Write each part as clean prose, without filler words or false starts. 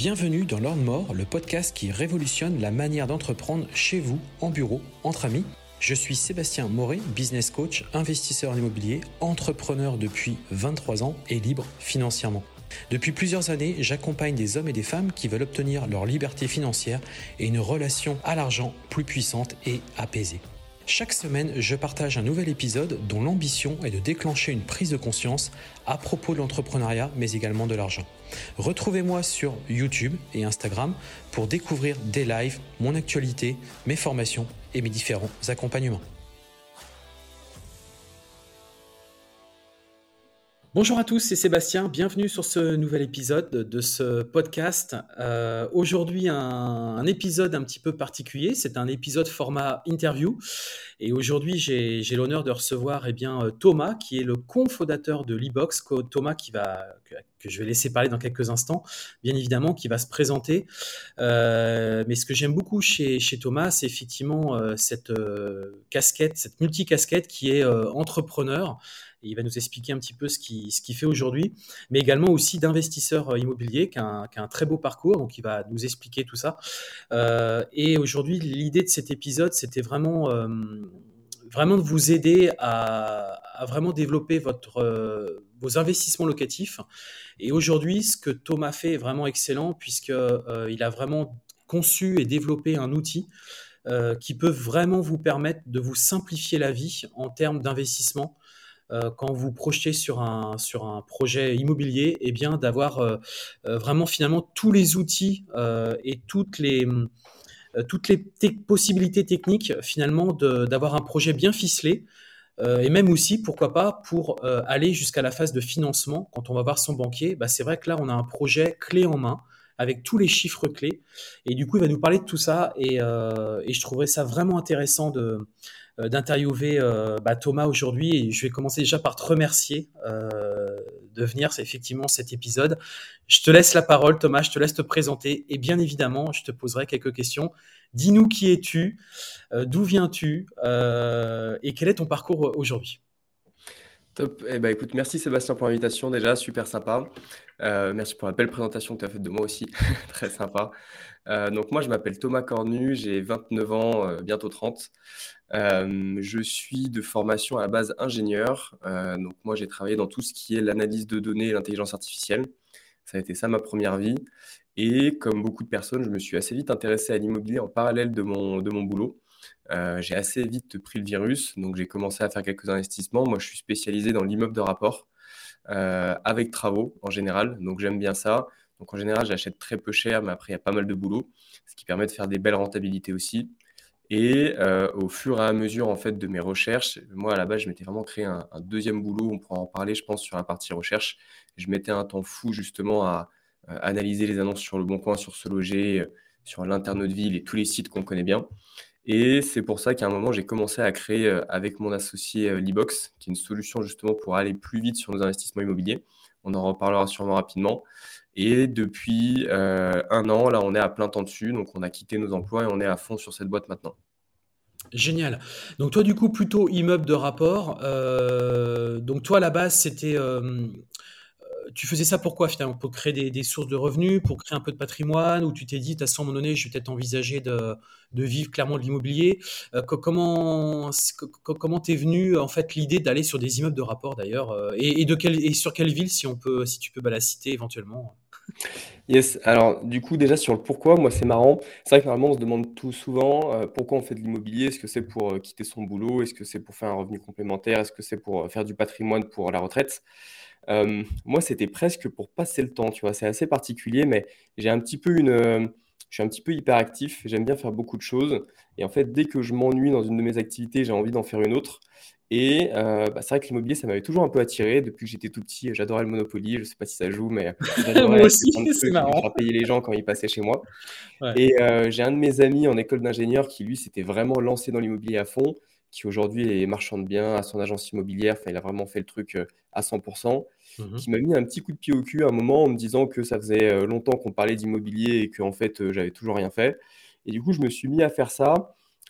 Bienvenue dans l'Ordre Mort, le podcast qui révolutionne la manière d'entreprendre chez vous, en bureau, entre amis. Je suis Sébastien Moret, business coach, investisseur en immobilier, entrepreneur depuis 23 ans et libre financièrement. Depuis plusieurs années, j'accompagne des hommes et des femmes qui veulent obtenir leur liberté financière et une relation à l'argent plus puissante et apaisée. Chaque semaine, je partage un nouvel épisode dont l'ambition est de déclencher une prise de conscience à propos de l'entrepreneuriat, mais également de l'argent. Retrouvez-moi sur YouTube et Instagram pour découvrir des lives, mon actualité, mes formations et mes différents accompagnements. Bonjour à tous, c'est Sébastien, bienvenue sur ce nouvel épisode de ce podcast. Aujourd'hui, un épisode un petit peu particulier, c'est un épisode format interview. Et aujourd'hui, j'ai l'honneur de recevoir Thomas, qui est le cofondateur de l'e-box. Thomas que je vais laisser parler dans quelques instants, bien évidemment, qui va se présenter. Mais ce que j'aime beaucoup chez Thomas, c'est effectivement cette casquette, cette multicasquette qui est entrepreneur. Et il va nous expliquer un petit peu ce qu'il fait aujourd'hui, mais également aussi d'investisseur immobilier qui a un très beau parcours, donc il va nous expliquer tout ça. Et aujourd'hui, l'idée de cet épisode, c'était vraiment de vous aider à vraiment développer vos investissements locatifs. Et aujourd'hui, ce que Thomas fait est vraiment excellent puisqu'il a vraiment conçu et développé un outil qui peut vraiment vous permettre de vous simplifier la vie en termes d'investissement. Quand vous projetez sur un projet immobilier, et bien d'avoir vraiment finalement tous les outils et toutes les possibilités techniques finalement d'avoir un projet bien ficelé et même aussi pourquoi pas pour aller jusqu'à la phase de financement. Quand on va voir son banquier, c'est vrai que là on a un projet clé en main avec tous les chiffres clés et du coup il va nous parler de tout ça et je trouverais ça vraiment intéressant d'interviewer Thomas aujourd'hui, et je vais commencer déjà par te remercier de venir, c'est effectivement cet épisode. Je te laisse la parole, Thomas, je te laisse te présenter et bien évidemment, je te poserai quelques questions. Dis-nous qui es-tu, d'où viens-tu et quel est ton parcours aujourd'hui? Top. Écoute, merci Sébastien pour l'invitation déjà, super sympa. Merci pour la belle présentation que tu as faite de moi aussi, très sympa. Donc moi, je m'appelle Thomas Cornu, j'ai 29 ans, bientôt 30. Je suis de formation à la base ingénieur. Donc moi, j'ai travaillé dans tout ce qui est l'analyse de données et l'intelligence artificielle. Ça a été ça ma première vie. Et comme beaucoup de personnes, je me suis assez vite intéressé à l'immobilier en parallèle de mon boulot. J'ai assez vite pris le virus, donc j'ai commencé à faire quelques investissements. Moi, je suis spécialisé dans l'immeuble de rapport avec travaux en général, donc j'aime bien ça. Donc en général, j'achète très peu cher, mais après, il y a pas mal de boulot, ce qui permet de faire des belles rentabilités aussi. Et au fur et à mesure en fait de mes recherches, moi à la base, je m'étais vraiment créé un deuxième boulot. On pourra en parler, je pense, sur la partie recherche. Je mettais un temps fou justement à analyser les annonces sur Le Bon Coin, sur Se Loger, sur l'Internaute Ville et tous les sites qu'on connaît bien. Et c'est pour ça qu'à un moment, j'ai commencé à créer avec mon associé l'e-box, qui est une solution justement pour aller plus vite sur nos investissements immobiliers. On en reparlera sûrement rapidement. Et depuis un an, là, on est à plein temps dessus. Donc, on a quitté nos emplois et on est à fond sur cette boîte maintenant. Génial. Donc toi, du coup, plutôt immeuble de rapport. Donc toi, à la base, tu faisais ça pourquoi finalement? Pour créer des sources de revenus, pour créer un peu de patrimoine, ou tu t'es dit, de toute façon, à un moment donné, je vais peut-être envisager de vivre clairement de l'immobilier. Comment t'es venu en fait l'idée d'aller sur des immeubles de rapport d'ailleurs, et sur quelle ville, si tu peux la citer éventuellement? Yes, alors du coup déjà sur le pourquoi, moi c'est marrant. C'est vrai que normalement on se demande tout souvent pourquoi on fait de l'immobilier. Est-ce que c'est pour quitter son boulot? Est-ce que c'est pour faire un revenu complémentaire? Est-ce que c'est pour faire du patrimoine pour la retraite? Moi c'était presque pour passer le temps, tu vois. C'est assez particulier, mais j'ai un petit peu je suis un petit peu hyperactif. J'aime bien faire beaucoup de choses. Et en fait, dès que je m'ennuie dans une de mes activités, j'ai envie d'en faire une autre. Et c'est vrai que l'immobilier, ça m'avait toujours un peu attiré. Depuis que j'étais tout petit, j'adorais le Monopoly. Je sais pas si ça joue, mais j'adorais Moi acheter aussi, plein de c'est trucs et marrant. faire payer les gens quand ils passaient chez moi. Ouais. Et j'ai un de mes amis en école d'ingénieur qui, lui, s'était vraiment lancé dans l'immobilier à fond, qui aujourd'hui est marchand de biens à son agence immobilière. Enfin, il a vraiment fait le truc à 100%, Mhm. qui m'a mis un petit coup de pied au cul à un moment en me disant que ça faisait longtemps qu'on parlait d'immobilier et qu'en fait, j'avais toujours rien fait. Et du coup, je me suis mis à faire ça.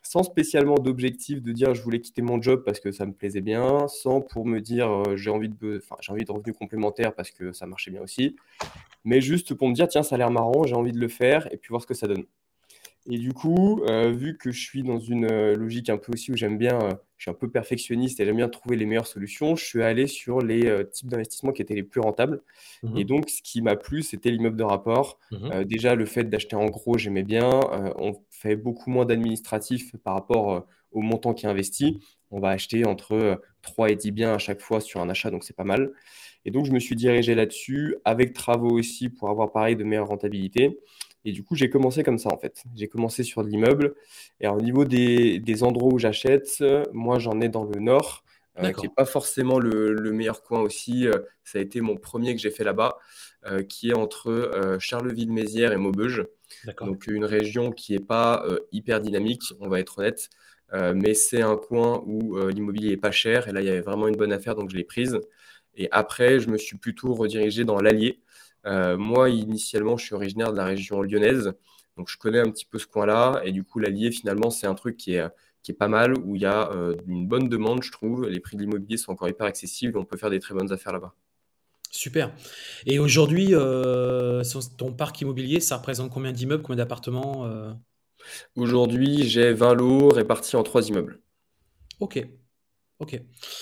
sans spécialement d'objectif de dire je voulais quitter mon job parce que ça me plaisait bien, sans pour me dire j'ai envie de revenus complémentaires parce que ça marchait bien aussi, mais juste pour me dire tiens, ça a l'air marrant, j'ai envie de le faire et puis voir ce que ça donne. Et du coup, vu que je suis dans une logique un peu aussi où je suis un peu perfectionniste et j'aime bien trouver les meilleures solutions, je suis allé sur les types d'investissements qui étaient les plus rentables. Et Mhm. donc, ce qui m'a plu, c'était l'immeuble de rapport. Mhm. Déjà, le fait d'acheter en gros, j'aimais bien. On fait beaucoup moins d'administratif par rapport au montant qui est investi. On va acheter entre 3 et 10 biens à chaque fois sur un achat, donc c'est pas mal. Et donc, je me suis dirigé là-dessus, avec travaux aussi, pour avoir pareil de meilleures rentabilités. Et du coup, j'ai commencé comme ça, en fait. J'ai commencé sur de l'immeuble. Et alors, au niveau des endroits où j'achète, moi, j'en ai dans le nord, qui n'est D'accord. pas forcément le meilleur coin aussi. Ça a été mon premier que j'ai fait là-bas, qui est entre Charleville-Mézières et Maubeuge. D'accord. Donc, une région qui n'est pas hyper dynamique, on va être honnête. Mais c'est un coin où l'immobilier est pas cher. Et là, il y avait vraiment une bonne affaire, donc je l'ai prise. Et après, je me suis plutôt redirigé dans l'Allier. Moi, initialement, je suis originaire de la région lyonnaise, donc je connais un petit peu ce coin-là. Et du coup, l'Allier, finalement, c'est un truc qui est pas mal, où il y a une bonne demande, je trouve. Les prix de l'immobilier sont encore hyper accessibles. On peut faire des très bonnes affaires là-bas. Super. Et aujourd'hui, ton parc immobilier, ça représente combien d'immeubles, combien d'appartements Aujourd'hui, j'ai 20 lots répartis en 3 immeubles. Ok, ok.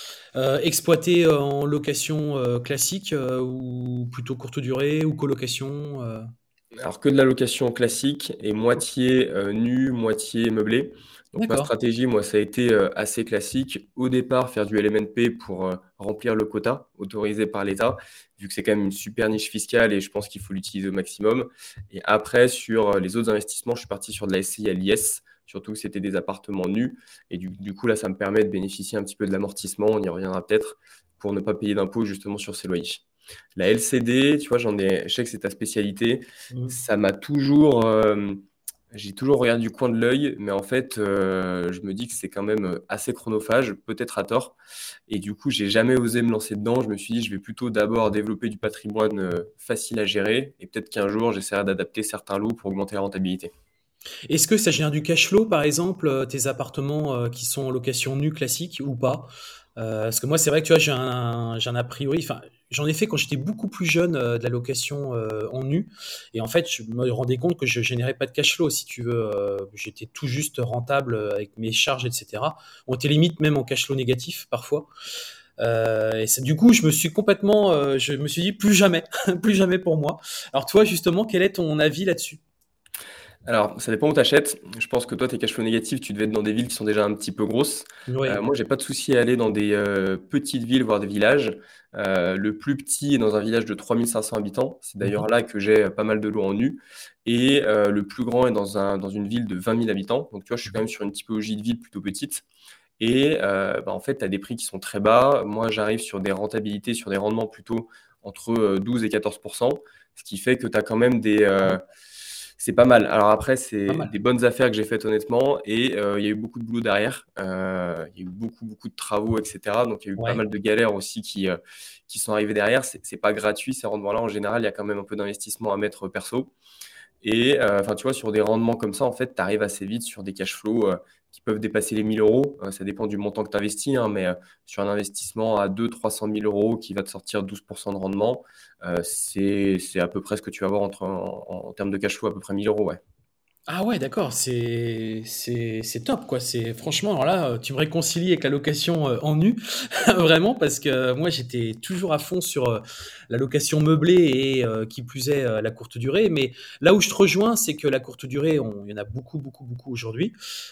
Exploité en location classique ou plutôt courte durée ou colocation Alors que de la location classique et moitié nu, moitié meublé. Donc ma D'accord. stratégie, moi, ça a été assez classique. Au départ, faire du LMNP pour remplir le quota autorisé par l'État, vu que c'est quand même une super niche fiscale et je pense qu'il faut l'utiliser au maximum. Et après, sur les autres investissements, je suis parti sur de la SCI à l'IS, surtout que c'était des appartements nus. Et du coup, là, ça me permet de bénéficier un petit peu de l'amortissement, on y reviendra peut-être, pour ne pas payer d'impôts justement sur ces loyers. La LCD, tu vois, je sais que c'est ta spécialité. Mhm. Ça m'a toujours, j'ai toujours regardé du coin de l'œil, mais en fait, je me dis que c'est quand même assez chronophage, peut-être à tort. Et du coup, j'ai jamais osé me lancer dedans. Je me suis dit, je vais plutôt d'abord développer du patrimoine facile à gérer, et peut-être qu'un jour, j'essaierai d'adapter certains lots pour augmenter la rentabilité. Est-ce que ça génère du cash flow, par exemple, tes appartements qui sont en location nue classique ou pas? Parce que moi, c'est vrai que tu vois, j'ai un a priori, enfin, j'en ai fait quand j'étais beaucoup plus jeune de la location en nu. Et en fait, je me rendais compte que je générais pas de cash flow, si tu veux. J'étais tout juste rentable avec mes charges, etc. On était limite même en cash flow négatif parfois. Et c'est du coup, je me suis dit plus jamais, plus jamais pour moi. Alors toi, justement, quel est ton avis là-dessus? Alors, ça dépend où tu achètes. Je pense que toi, tes cash flow négatifs, tu devais être dans des villes qui sont déjà un petit peu grosses. Oui. Moi, j'ai pas de souci à aller dans des petites villes, voire des villages. Le plus petit est dans un village de 3500 habitants. C'est d'ailleurs Mhm. là que j'ai pas mal de lots en nu. Et le plus grand est dans une ville de 20 000 habitants. Donc, tu vois, je suis quand même sur une typologie de ville plutôt petite. Et en fait, tu as des prix qui sont très bas. Moi, j'arrive sur des rentabilités, sur des rendements plutôt entre 12 et 14%, ce qui fait que tu as quand même Ouais, c'est pas mal. Alors après, pas c'est des mal. bonnes affaires que j'ai faites honnêtement et il y a eu beaucoup de boulot derrière. Il y a eu beaucoup, beaucoup de travaux, etc. Donc il y a eu pas Ouais. mal de galères aussi qui sont arrivées derrière. C'est pas gratuit ces rendements-là. En général, il y a quand même un peu d'investissement à mettre perso. Et enfin, tu vois, sur des rendements comme ça, en fait, tu arrives assez vite sur des cash flows qui peuvent dépasser les 1000 euros. Ça dépend du montant que tu investis, hein, mais sur un investissement à 200 000 300 000 euros qui va te sortir 12% de rendement, c'est à peu près ce que tu vas avoir en termes de cash flow, à peu près 1000 euros. Ouais. Ah ouais, d'accord, c'est top quoi. C'est franchement alors là, tu me réconcilies avec la location en nu, vraiment parce que moi j'étais toujours à fond sur la location meublée et qui plus est la courte durée. Mais là où je te rejoins, c'est que la courte durée, il y en a beaucoup, beaucoup, beaucoup aujourd'hui,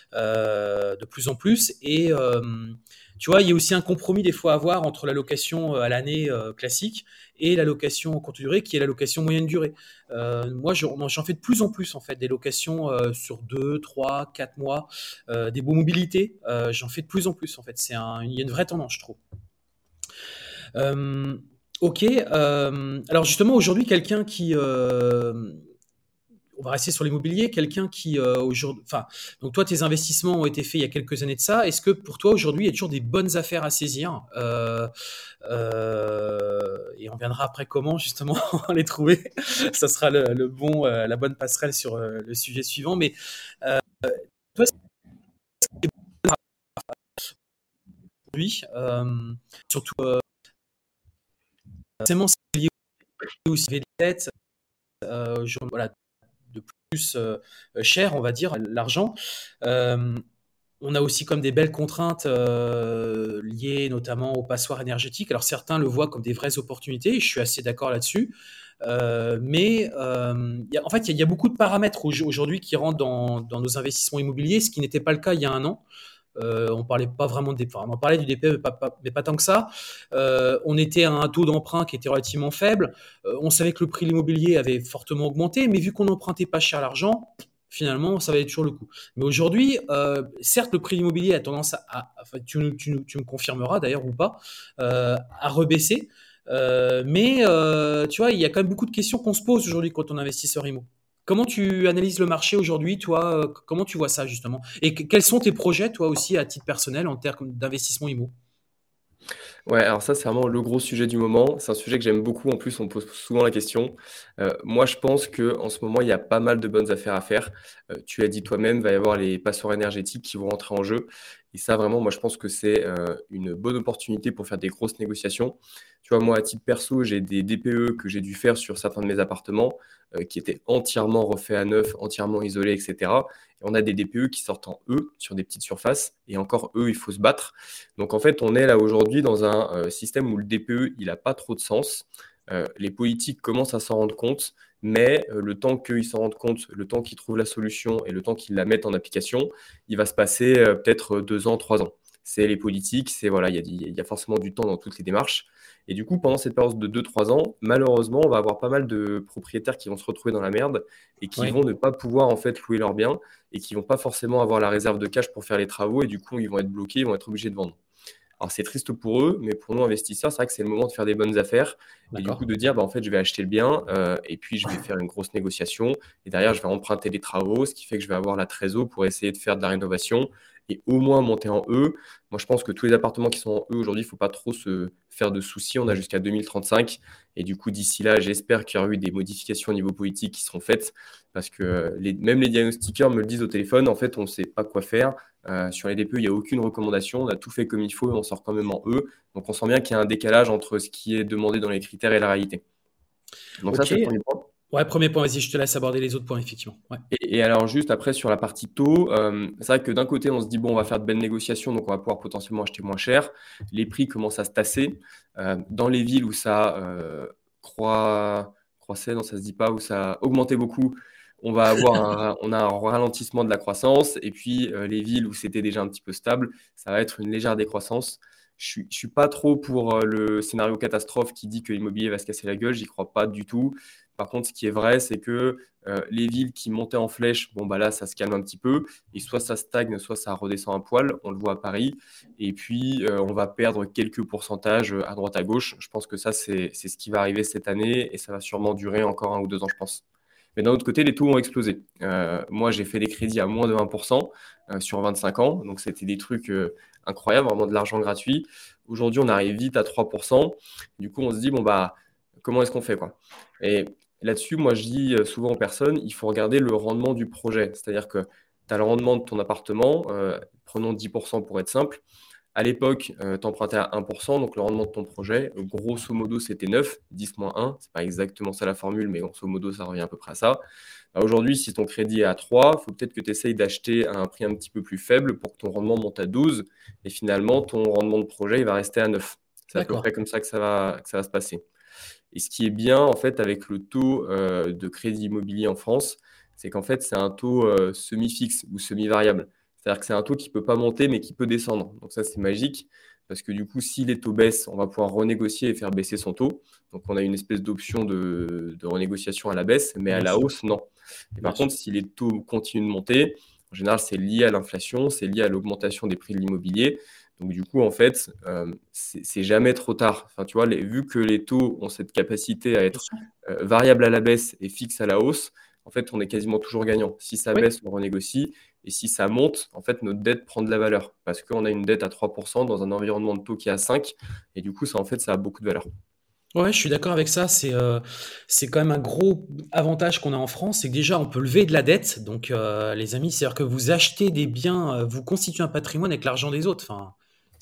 de plus en plus. Et tu vois, il y a aussi un compromis des fois à avoir entre la location à l'année classique et la location courte durée, qui est la location moyenne durée. Moi, j'en fais de plus en plus en fait des locations sur 2, 3, 4 mois, des beaux mobilités. J'en fais de plus en plus en fait. Il y a une vraie tendance, je trouve. Euh, ok. Alors justement, aujourd'hui, on va rester sur l'immobilier, quelqu'un qui aujourd'hui, enfin, donc toi, tes investissements ont été faits il y a quelques années de ça. Est-ce que pour toi aujourd'hui, il y a toujours des bonnes affaires à saisir et on viendra après comment justement les trouver. Ça sera la bonne passerelle sur le sujet suivant. Mais toi, surtout forcément c'est lié aussi avec les dettes, voilà, de plus cher, on va dire, l'argent. Euh, on a aussi comme des belles contraintes liées notamment aux passoires énergétiques. Alors certains le voient comme des vraies opportunités, je suis assez d'accord là-dessus. En fait, il y a beaucoup de paramètres aujourd'hui qui rentrent dans nos investissements immobiliers, ce qui n'était pas le cas il y a un an. On parlait pas vraiment on parlait du DPE, mais pas tant que ça. On était à un taux d'emprunt qui était relativement faible. On savait que le prix de l'immobilier avait fortement augmenté, mais vu qu'on n'empruntait pas cher l'argent, finalement, ça valait toujours le coup. Mais aujourd'hui, certes, le prix de l'immobilier a tendance enfin, tu me confirmeras d'ailleurs ou pas, à rebaisser. Tu vois, il y a quand même beaucoup de questions qu'on se pose aujourd'hui quand on est investisseur immo. Comment tu analyses le marché aujourd'hui, toi? Comment tu vois ça justement? Et quels sont tes projets, toi aussi, à titre personnel, en termes d'investissement immo? Ouais, alors ça, c'est vraiment le gros sujet du moment. C'est un sujet que j'aime beaucoup. En plus, on me pose souvent la question. Moi, je pense que en ce moment, il y a pas mal de bonnes affaires à faire. Tu as dit toi-même, il va y avoir les passoires énergétiques qui vont rentrer en jeu. Et ça, vraiment, moi, je pense que c'est une bonne opportunité pour faire des grosses négociations. Tu vois, moi, à titre perso, j'ai des DPE que j'ai dû faire sur certains de mes appartements qui étaient entièrement refaits à neuf, entièrement isolés, etc. Et on a des DPE qui sortent en E sur des petites surfaces. Et encore, eux, il faut se battre. Donc en fait, on est là aujourd'hui dans un système où le DPE, il n'a pas trop de sens. Les politiques commencent à s'en rendre compte, mais le temps qu'ils s'en rendent compte, le temps qu'ils trouvent la solution et le temps qu'ils la mettent en application, il va se passer peut-être 2 ans, 3 ans. C'est les politiques, c'est voilà, il y a forcément du temps dans toutes les démarches. Et du coup, pendant cette période de 2, 3 ans, malheureusement, on va avoir pas mal de propriétaires qui vont se retrouver dans la merde et qui Oui. vont ne pas pouvoir en fait louer leurs biens et qui vont pas forcément avoir la réserve de cash pour faire les travaux et du coup, ils vont être bloqués, ils vont être obligés de vendre. Alors c'est triste pour eux, mais pour nous investisseurs, c'est vrai que c'est le moment de faire des bonnes affaires et du coup D'accord. de dire, bah, en fait, je vais acheter le bien et puis je vais faire une grosse négociation et derrière, je vais emprunter des travaux, ce qui fait que je vais avoir la trésor pour essayer de faire de la rénovation et au moins monter en E. Moi, je pense que tous les appartements qui sont en E aujourd'hui, il ne faut pas trop se faire de soucis. On a jusqu'à 2035 et du coup, d'ici là, j'espère qu'il y aura eu des modifications au niveau politique qui seront faites parce que même les diagnostiqueurs me le disent au téléphone, en fait, on ne sait pas quoi faire. Sur les DPE, il n'y a aucune recommandation. On a tout fait comme il faut et on sort quand même en E. Donc, on sent bien qu'il y a un décalage entre ce qui est demandé dans les critères et la réalité. Donc, ça, Ok. c'est le premier point. Ouais, premier point, vas-y, je te laisse aborder les autres points, effectivement. Ouais. Et alors, juste après, sur la partie taux, c'est vrai que d'un côté, on se dit, bon, on va faire de belles négociations, donc on va pouvoir potentiellement acheter moins cher. Les prix commencent à se tasser. Dans les villes où ça croissait, non, ça se dit pas, où ça a augmenté beaucoup, on a un ralentissement de la croissance. Et puis, les villes où c'était déjà un petit peu stable, ça va être une légère décroissance. Je suis pas trop pour le scénario catastrophe qui dit que l'immobilier va se casser la gueule, j'y crois pas du tout. Par contre, ce qui est vrai, c'est que les villes qui montaient en flèche, bon, bah là, ça se calme un petit peu. Et soit ça stagne, soit ça redescend un poil. On le voit à Paris. Et puis, on va perdre quelques pourcentages à droite à gauche. Je pense que ça, c'est ce qui va arriver cette année. Et ça va sûrement durer encore 1 ou 2 ans, je pense. Mais d'un autre côté, les taux ont explosé. Moi, j'ai fait des crédits à moins de 1% sur 25 ans. Donc, c'était des trucs incroyables, vraiment de l'argent gratuit. Aujourd'hui, on arrive vite à 3%. Du coup, on se dit, bon, bah, comment est-ce qu'on fait, quoi? Et là-dessus, moi, je dis souvent aux personnes, il faut regarder le rendement du projet. C'est-à-dire que tu as le rendement de ton appartement, prenons 10% pour être simple. À l'époque, tu empruntais à 1%, donc le rendement de ton projet, grosso modo, c'était 9, 10 moins 1. C'est pas exactement ça la formule, mais grosso modo, ça revient à peu près à ça. Bah, aujourd'hui, si ton crédit est à 3, il faut peut-être que tu essayes d'acheter à un prix un petit peu plus faible pour que ton rendement monte à 12. Et finalement, ton rendement de projet, il va rester à 9. C'est à peu près D'accord. comme ça que ça va se passer. Et ce qui est bien, en fait, avec le taux de crédit immobilier en France, c'est qu'en fait, c'est un taux semi-fixe ou semi-variable. C'est-à-dire que c'est un taux qui ne peut pas monter, mais qui peut descendre. Donc ça, c'est magique, parce que du coup, si les taux baissent, on va pouvoir renégocier et faire baisser son taux. Donc on a une espèce d'option de renégociation à la baisse, mais à Bien la sûr. hausse, non. Et Bien par sûr. contre, si les taux continuent de monter, en général, c'est lié à l'inflation, c'est lié à l'augmentation des prix de l'immobilier. Donc du coup, en fait, c'est jamais trop tard. Enfin, tu vois, vu que les taux ont cette capacité à Bien être sûr. variable à la baisse et fixe à la hausse, en fait, on est quasiment toujours gagnant. Si ça Oui. baisse, on renégocie. Et si ça monte, en fait, notre dette prend de la valeur. Parce qu'on a une dette à 3% dans un environnement de taux qui est à 5. Et du coup, ça, en fait, ça a beaucoup de valeur. Ouais, je suis d'accord avec ça. C'est quand même un gros avantage qu'on a en France, c'est que déjà on peut lever de la dette. Donc, les amis, c'est-à-dire que vous achetez des biens, vous constituez un patrimoine avec l'argent des autres. Enfin,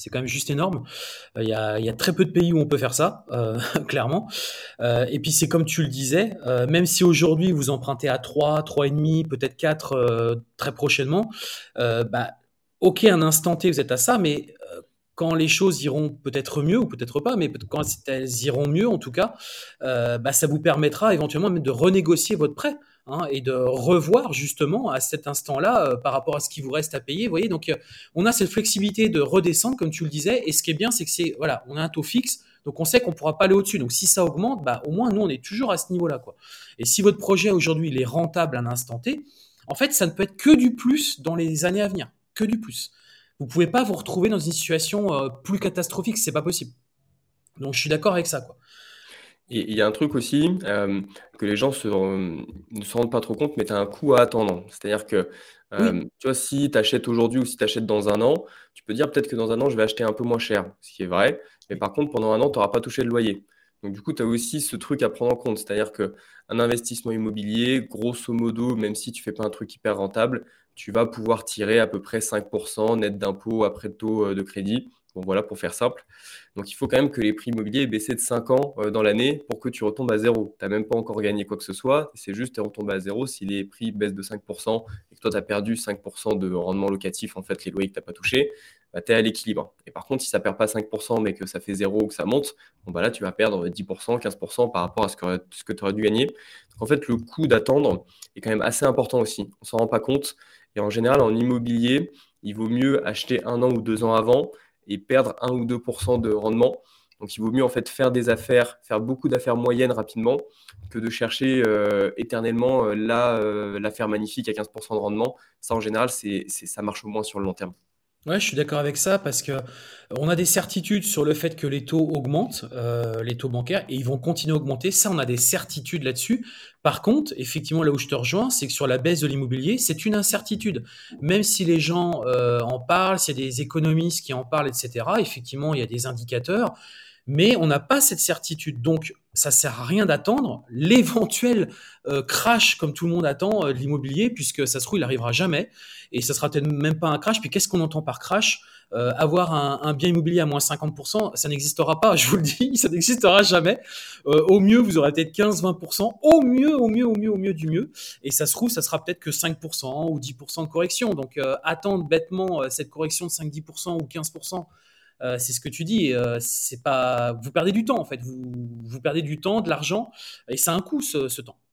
C'est quand même juste énorme. Il y a très peu de pays où on peut faire ça, clairement. Et puis c'est comme tu le disais, même si aujourd'hui vous empruntez à 3,5, peut-être 4 très prochainement, bah, ok, un instant T, vous êtes à ça, mais quand les choses iront peut-être mieux ou peut-être pas, mais quand elles iront mieux en tout cas, bah, ça vous permettra éventuellement même de renégocier votre prêt, hein, et de revoir justement à cet instant-là par rapport à ce qui vous reste à payer. Vous voyez, donc on a cette flexibilité de redescendre, comme tu le disais, et ce qui est bien, c'est que voilà, on a un taux fixe, donc on sait qu'on ne pourra pas aller au-dessus. Donc si ça augmente, bah, au moins nous on est toujours à ce niveau-là, quoi. Et si votre projet aujourd'hui il est rentable à un instant T, en fait ça ne peut être que du plus dans les années à venir, que du plus. Vous pouvez pas vous retrouver dans une situation plus catastrophique, c'est pas possible. Donc je suis d'accord avec ça, quoi. Et il y a un truc aussi que les gens ne se rendent pas trop compte, mais tu as un coût à attendre. C'est-à-dire que, Oui, tu vois, si tu achètes aujourd'hui ou si tu achètes dans un an, tu peux dire peut-être que dans un an, je vais acheter un peu moins cher, ce qui est vrai. Mais oui, par contre, pendant un an, tu n'auras pas touché le loyer. Donc du coup, tu as aussi ce truc à prendre en compte. C'est-à-dire qu'un investissement immobilier, grosso modo, même si tu fais pas un truc hyper rentable, tu vas pouvoir tirer à peu près 5% net d'impôt après le taux de crédit. Bon, voilà, pour faire simple. Donc il faut quand même que les prix immobiliers aient baissé de 5 ans dans l'année pour que tu retombes à zéro. Tu n'as même pas encore gagné quoi que ce soit, c'est juste tu es retombé à zéro si les prix baissent de 5% et que toi tu as perdu 5% de rendement locatif, en fait les loyers que tu n'as pas touché, bah, tu es à l'équilibre. Et par contre, si ça ne perd pas 5% mais que ça fait zéro ou que ça monte, bon, bah là tu vas perdre 10%, 15% par rapport à ce que tu aurais dû gagner. Donc en fait, le coût d'attendre est quand même assez important aussi. On ne s'en rend pas compte. Et en général, en immobilier, il vaut mieux acheter 1 an ou 2 ans avant et perdre 1 ou 2% de rendement. Donc, il vaut mieux en fait faire des affaires, faire beaucoup d'affaires moyennes rapidement que de chercher éternellement l'affaire magnifique à 15% de rendement. Ça, en général, ça marche au moins sur le long terme. ouais, je suis d'accord avec ça parce que on a des certitudes sur le fait que les taux augmentent, les taux bancaires, et ils vont continuer à augmenter. Ça, on a des certitudes là-dessus. Par contre, effectivement, là où je te rejoins, c'est que sur la baisse de l'immobilier, c'est une incertitude. Même si les gens en parlent, s'il y a des économistes qui en parlent, etc., effectivement, il y a des indicateurs, mais on n'a pas cette certitude. Donc, ça sert à rien d'attendre l'éventuel crash, comme tout le monde attend, de l'immobilier, puisque ça se trouve, il n'arrivera jamais. Et ça sera peut-être même pas un crash. Puis qu'est-ce qu'on entend par crash? Avoir un bien immobilier à moins 50%, ça n'existera pas, je vous le dis, ça n'existera jamais. Au mieux, vous aurez peut-être 15-20%, au mieux, au mieux, au mieux, au mieux du mieux. Et ça se trouve, ça sera peut-être que 5% ou 10% de correction. Donc attendre bêtement cette correction de 5-10% ou 15%, c'est ce que tu dis. C'est pas, vous perdez du temps en fait. Vous perdez du temps, de l'argent, et ça a un coût ce temps.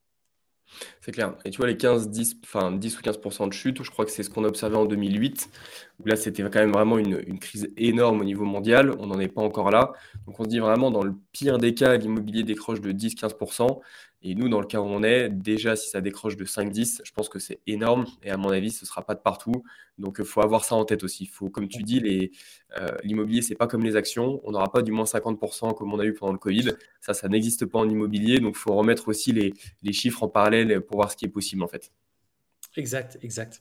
C'est clair. Et tu vois, les 15, 10, enfin 10 ou 15% de chute, je crois que c'est ce qu'on a observé en 2008, où là, c'était quand même vraiment une crise énorme au niveau mondial. On n'en est pas encore là. Donc, on se dit vraiment, dans le pire des cas, l'immobilier décroche de 10-15%. Et nous, dans le cas où on est, déjà, si ça décroche de 5-10, je pense que c'est énorme. Et à mon avis, ce ne sera pas de partout. Donc, il faut avoir ça en tête aussi. Faut, comme tu dis, l'immobilier, c'est pas comme les actions. On n'aura pas du moins 50% comme on a eu pendant le Covid. Ça n'existe pas en immobilier. Donc, il faut remettre aussi les chiffres en parallèle pour voir ce qui est possible en fait. Exact, exact.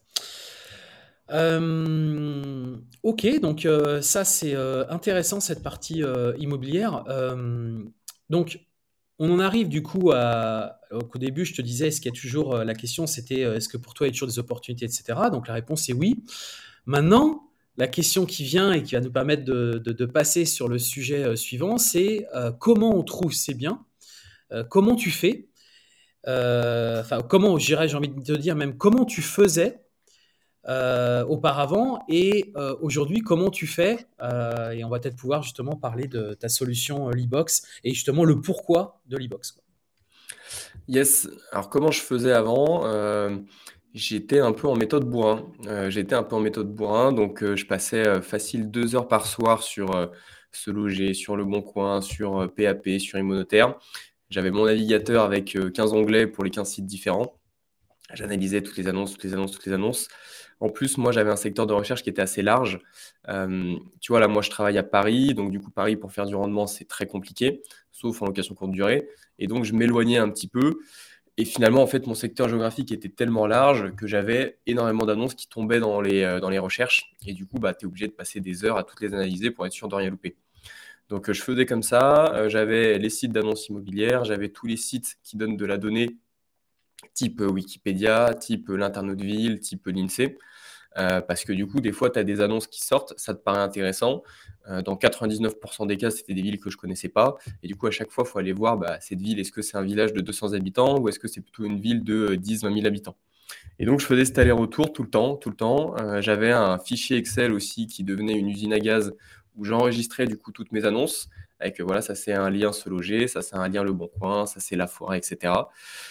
Ok, donc ça c'est intéressant cette partie immobilière. Donc on en arrive du coup au début je te disais, est-ce qu'il y a toujours la question c'était est-ce que pour toi il y a toujours des opportunités, etc. Donc la réponse est oui. Maintenant, la question qui vient et qui va nous permettre de passer sur le sujet suivant, c'est comment on trouve ces biens, comment tu fais, enfin comment, j'ai envie de te dire même comment tu faisais auparavant et aujourd'hui comment tu fais, et on va peut-être pouvoir justement parler de ta solution l'e-box et justement le pourquoi de l'e-box, quoi. Yes, alors comment je faisais avant? J'étais un peu en méthode bourrin. J'étais un peu en méthode bourrin, donc je passais facile 2 heures par soir sur Se Loger, sur Le Bon Coin, sur PAP, sur Immonotaire. J'avais mon navigateur avec 15 onglets pour les 15 sites différents. J'analysais toutes les annonces, toutes les annonces, toutes les annonces. En plus, moi, j'avais un secteur de recherche qui était assez large. Tu vois, là, moi, je travaille à Paris. Donc, du coup, Paris, pour faire du rendement, c'est très compliqué, sauf en location courte durée. Et donc, je m'éloignais un petit peu. Et finalement, en fait, mon secteur géographique était tellement large que j'avais énormément d'annonces qui tombaient dans les recherches. Et du coup, bah, tu es obligé de passer des heures à toutes les analyser pour être sûr de rien louper. Donc, je faisais comme ça. J'avais les sites d'annonces immobilières, j'avais tous les sites qui donnent de la donnée type Wikipédia, type l'Internaute Ville, type l'INSEE. parce que du coup, des fois, tu as des annonces qui sortent, ça te paraît intéressant. Dans 99% des cas, c'était des villes que je connaissais pas. Et du coup, à chaque fois, il faut aller voir cette ville, est-ce que c'est un village de 200 habitants ou est-ce que c'est plutôt une ville de 10-20 000 habitants. Et donc, je faisais cet aller-retour tout le temps, tout le temps. J'avais un fichier Excel aussi qui devenait une usine à gaz où j'enregistrais du coup toutes mes annonces avec, voilà, ça c'est un lien Se Loger, ça c'est un lien Le Bon Coin, ça c'est La Forêt, etc.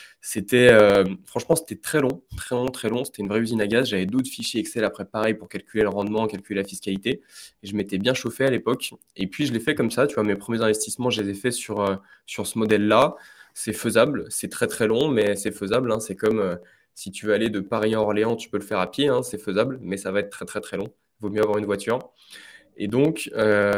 Franchement, c'était très long, très long, très long. C'était une vraie usine à gaz. J'avais d'autres fichiers Excel après, pareil, pour calculer le rendement, calculer la fiscalité. Et je m'étais bien chauffé à l'époque. Et puis, je l'ai fait comme ça. Tu vois, mes premiers investissements, je les ai faits sur ce modèle-là. C'est faisable. C'est très, très long, mais c'est faisable, hein. C'est comme si tu veux aller de Paris à Orléans, tu peux le faire à pied, hein. C'est faisable, mais ça va être très, très, très long. Il vaut mieux avoir une voiture. Et donc,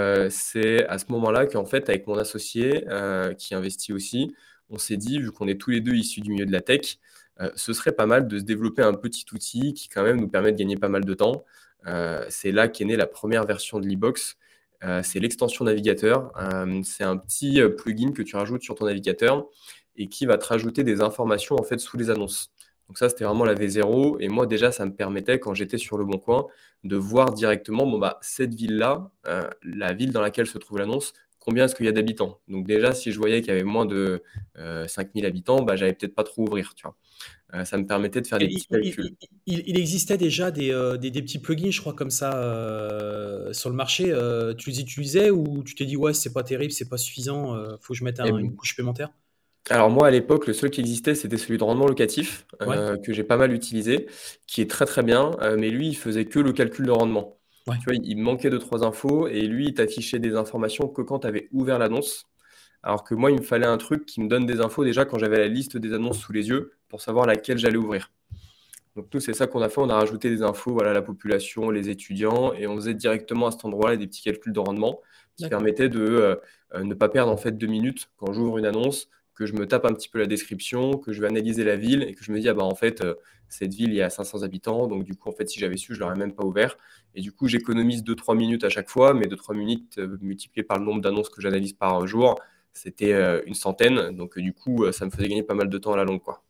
c'est à ce moment-là qu'en fait, avec mon associé qui investit aussi, on s'est dit, vu qu'on est tous les deux issus du milieu de la tech, ce serait pas mal de se développer un petit outil qui quand même nous permet de gagner pas mal de temps. C'est là qu'est née la première version de l'e-box. C'est l'extension navigateur. C'est un petit plugin que tu rajoutes sur ton navigateur et qui va te rajouter des informations en fait sous les annonces. Donc ça, c'était vraiment la V0. Et moi, déjà, ça me permettait, quand j'étais sur Le Bon Coin, de voir directement, cette ville-là, la ville dans laquelle se trouve l'annonce, combien est-ce qu'il y a d'habitants. Donc déjà, si je voyais qu'il y avait moins de 5000 habitants, j'allais peut-être pas trop ouvrir, tu vois. Ça me permettait de faire des Et petits calculs. il existait déjà des petits plugins, je crois, comme ça sur le marché. Tu les utilisais ou tu t'es dit, ouais, c'est pas terrible, c'est pas suffisant, faut que je mette une Et couche supplémentaire? alors moi, à l'époque, le seul qui existait, c'était celui de rendement locatif, Ouais, que j'ai pas mal utilisé, qui est très très bien, mais lui, il faisait que le calcul de rendement. ouais. Tu vois, il me manquait deux, trois infos, et lui, il t'affichait des informations que quand tu avais ouvert l'annonce, alors que moi, il me fallait un truc qui me donne des infos déjà quand j'avais la liste des annonces sous les yeux, pour savoir laquelle j'allais ouvrir. Donc nous, c'est ça qu'on a fait, on a rajouté des infos, voilà, la population, les étudiants, et on faisait directement à cet endroit-là des petits calculs de rendement qui D'accord. permettaient de ne pas perdre en fait 2 minutes quand j'ouvre une annonce, que je me tape un petit peu la description, que je vais analyser la ville et que je me dis, en fait, cette ville, il y a 500 habitants, donc du coup, en fait, si j'avais su, je l'aurais même pas ouvert. Et du coup, j'économise 2-3 minutes à chaque fois, mais 2-3 minutes multipliées par le nombre d'annonces que j'analyse par jour, c'était une centaine, donc du coup, ça me faisait gagner pas mal de temps à la longue, quoi.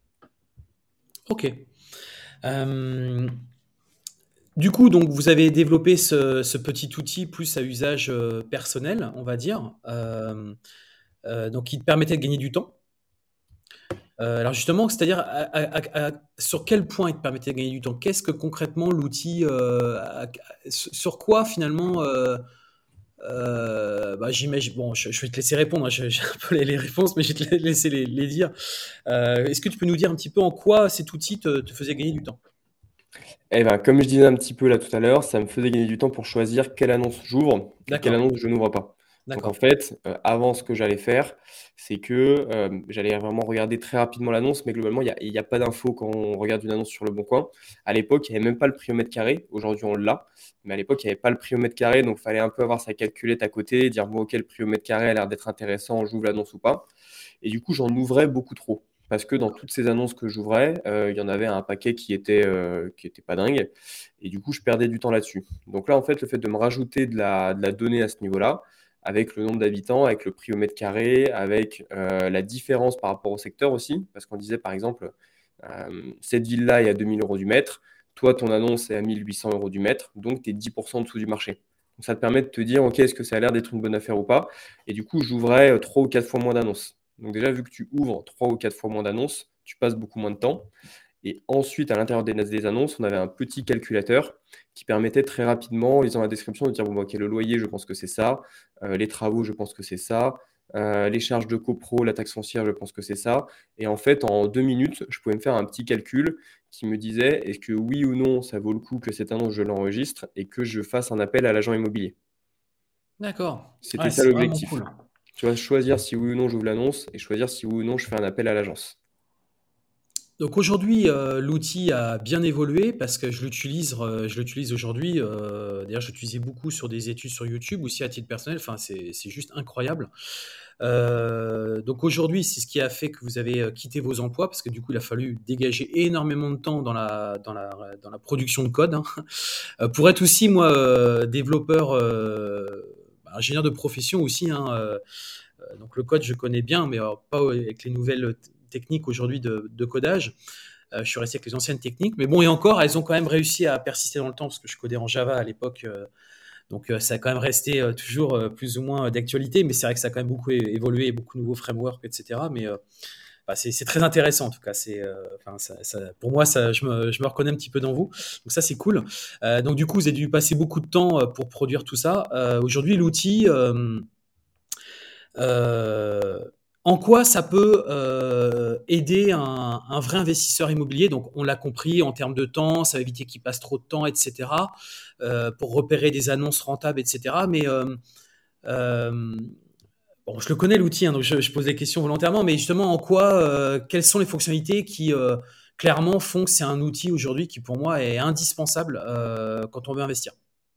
Ok. Euh, du coup, donc, vous avez développé ce petit outil plus à usage personnel, on va dire, donc qui te permettait de gagner du temps. Alors justement, c'est-à-dire sur quel point il te permettait de gagner du temps? Qu'est-ce que concrètement l'outil, sur quoi finalement, j'imagine, bon, je vais te laisser répondre, hein, j'ai un peu les réponses, mais je vais te laisser les dire. Est-ce que tu peux nous dire un petit peu en quoi cet outil te faisait gagner du temps? Eh ben, comme je disais un petit peu là tout à l'heure, ça me faisait gagner du temps pour choisir quelle annonce j'ouvre et quelle D'accord, annonce je n'ouvre pas. Donc en d'accord, fait, avant, ce que j'allais faire, c'est que j'allais vraiment regarder très rapidement l'annonce, mais globalement, il y a pas d'infos quand on regarde une annonce sur Le Bon Coin. À l'époque, il n'y avait même pas le prix au mètre carré. Aujourd'hui, on l'a. Mais à l'époque, il n'y avait pas le prix au mètre carré, donc il fallait un peu avoir sa calculette à côté, et dire, bon, ok, le prix au mètre carré a l'air d'être intéressant, j'ouvre l'annonce ou pas. Et du coup, j'en ouvrais beaucoup trop. Parce que dans d'accord. toutes ces annonces que j'ouvrais, il y en avait un paquet qui était pas dingue. Et du coup, je perdais du temps là-dessus. Donc là, en fait, le fait de me rajouter de la donnée à ce niveau-là, avec le nombre d'habitants, avec le prix au mètre carré, avec la différence par rapport au secteur aussi, parce qu'on disait par exemple, cette ville-là est à 2000 euros du mètre, toi, ton annonce est à 1800 euros du mètre, donc tu es 10% en dessous du marché. Donc ça te permet de te dire, OK, est-ce que ça a l'air d'être une bonne affaire ou pas? Et du coup, j'ouvrais 3 ou 4 fois moins d'annonces. Donc déjà, vu que tu ouvres 3 ou 4 fois moins d'annonces, tu passes beaucoup moins de temps. Et ensuite, à l'intérieur des annonces, on avait un petit calculateur qui permettait très rapidement, en lisant la description, de dire, bon, ok, le loyer, je pense que c'est ça, les travaux, je pense que c'est ça, les charges de copro, la taxe foncière, je pense que c'est ça. Et en fait, en 2 minutes, je pouvais me faire un petit calcul qui me disait, est-ce que oui ou non, ça vaut le coup que cette annonce, je l'enregistre et que je fasse un appel à l'agent immobilier. D'accord. C'était Ouais, ça c'est vraiment l'objectif. cool. Tu vas choisir si oui ou non j'ouvre l'annonce et choisir si oui ou non je fais un appel à l'agence. Donc aujourd'hui, l'outil a bien évolué parce que je l'utilise aujourd'hui. D'ailleurs, je l'utilisais beaucoup sur des études sur YouTube, aussi à titre personnel. Enfin, c'est juste incroyable. Donc aujourd'hui, c'est ce qui a fait que vous avez quitté vos emplois parce que du coup, il a fallu dégager énormément de temps dans la production de code, hein. Pour être aussi, moi, développeur, ingénieur de profession aussi, hein, donc le code, je connais bien, mais pas avec les nouvelles techniques aujourd'hui de codage. Je suis resté avec les anciennes techniques. Mais bon, et encore, elles ont quand même réussi à persister dans le temps parce que je codais en Java à l'époque. Donc ça a quand même resté toujours plus ou moins d'actualité. Mais c'est vrai que ça a quand même beaucoup évolué, beaucoup de nouveaux frameworks, etc. Mais bah, c'est très intéressant en tout cas. Pour moi, je me reconnais un petit peu dans vous. Donc ça, c'est cool. Donc du coup, vous avez dû passer beaucoup de temps pour produire tout ça. Aujourd'hui, l'outil, euh, en quoi ça peut aider un vrai investisseur immobilier? Donc on l'a compris en termes de temps, ça va éviter qu'il passe trop de temps, etc. Pour repérer des annonces rentables, etc. Mais euh, bon, je le connais l'outil, hein, donc je pose des questions volontairement, mais justement, quelles sont les fonctionnalités qui clairement font que c'est un outil aujourd'hui qui pour moi est indispensable quand on veut investir?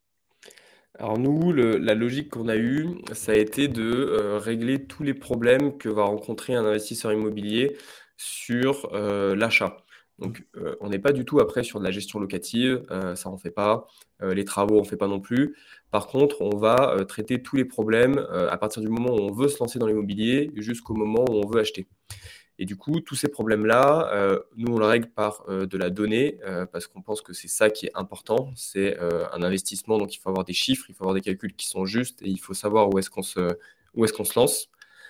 Alors nous, la logique qu'on a eue, ça a été de régler tous les problèmes que va rencontrer un investisseur immobilier sur l'achat. Donc on n'est pas du tout après sur de la gestion locative, ça on fait pas. Les travaux on fait pas non plus. Par contre, on va traiter tous les problèmes à partir du moment où on veut se lancer dans l'immobilier jusqu'au moment où on veut acheter. Et du coup, tous ces problèmes-là, nous, on le règle par de la donnée, parce qu'on pense que c'est ça qui est important. C'est un investissement, donc il faut avoir des chiffres, il faut avoir des calculs qui sont justes et il faut savoir où est-ce qu'on se lance.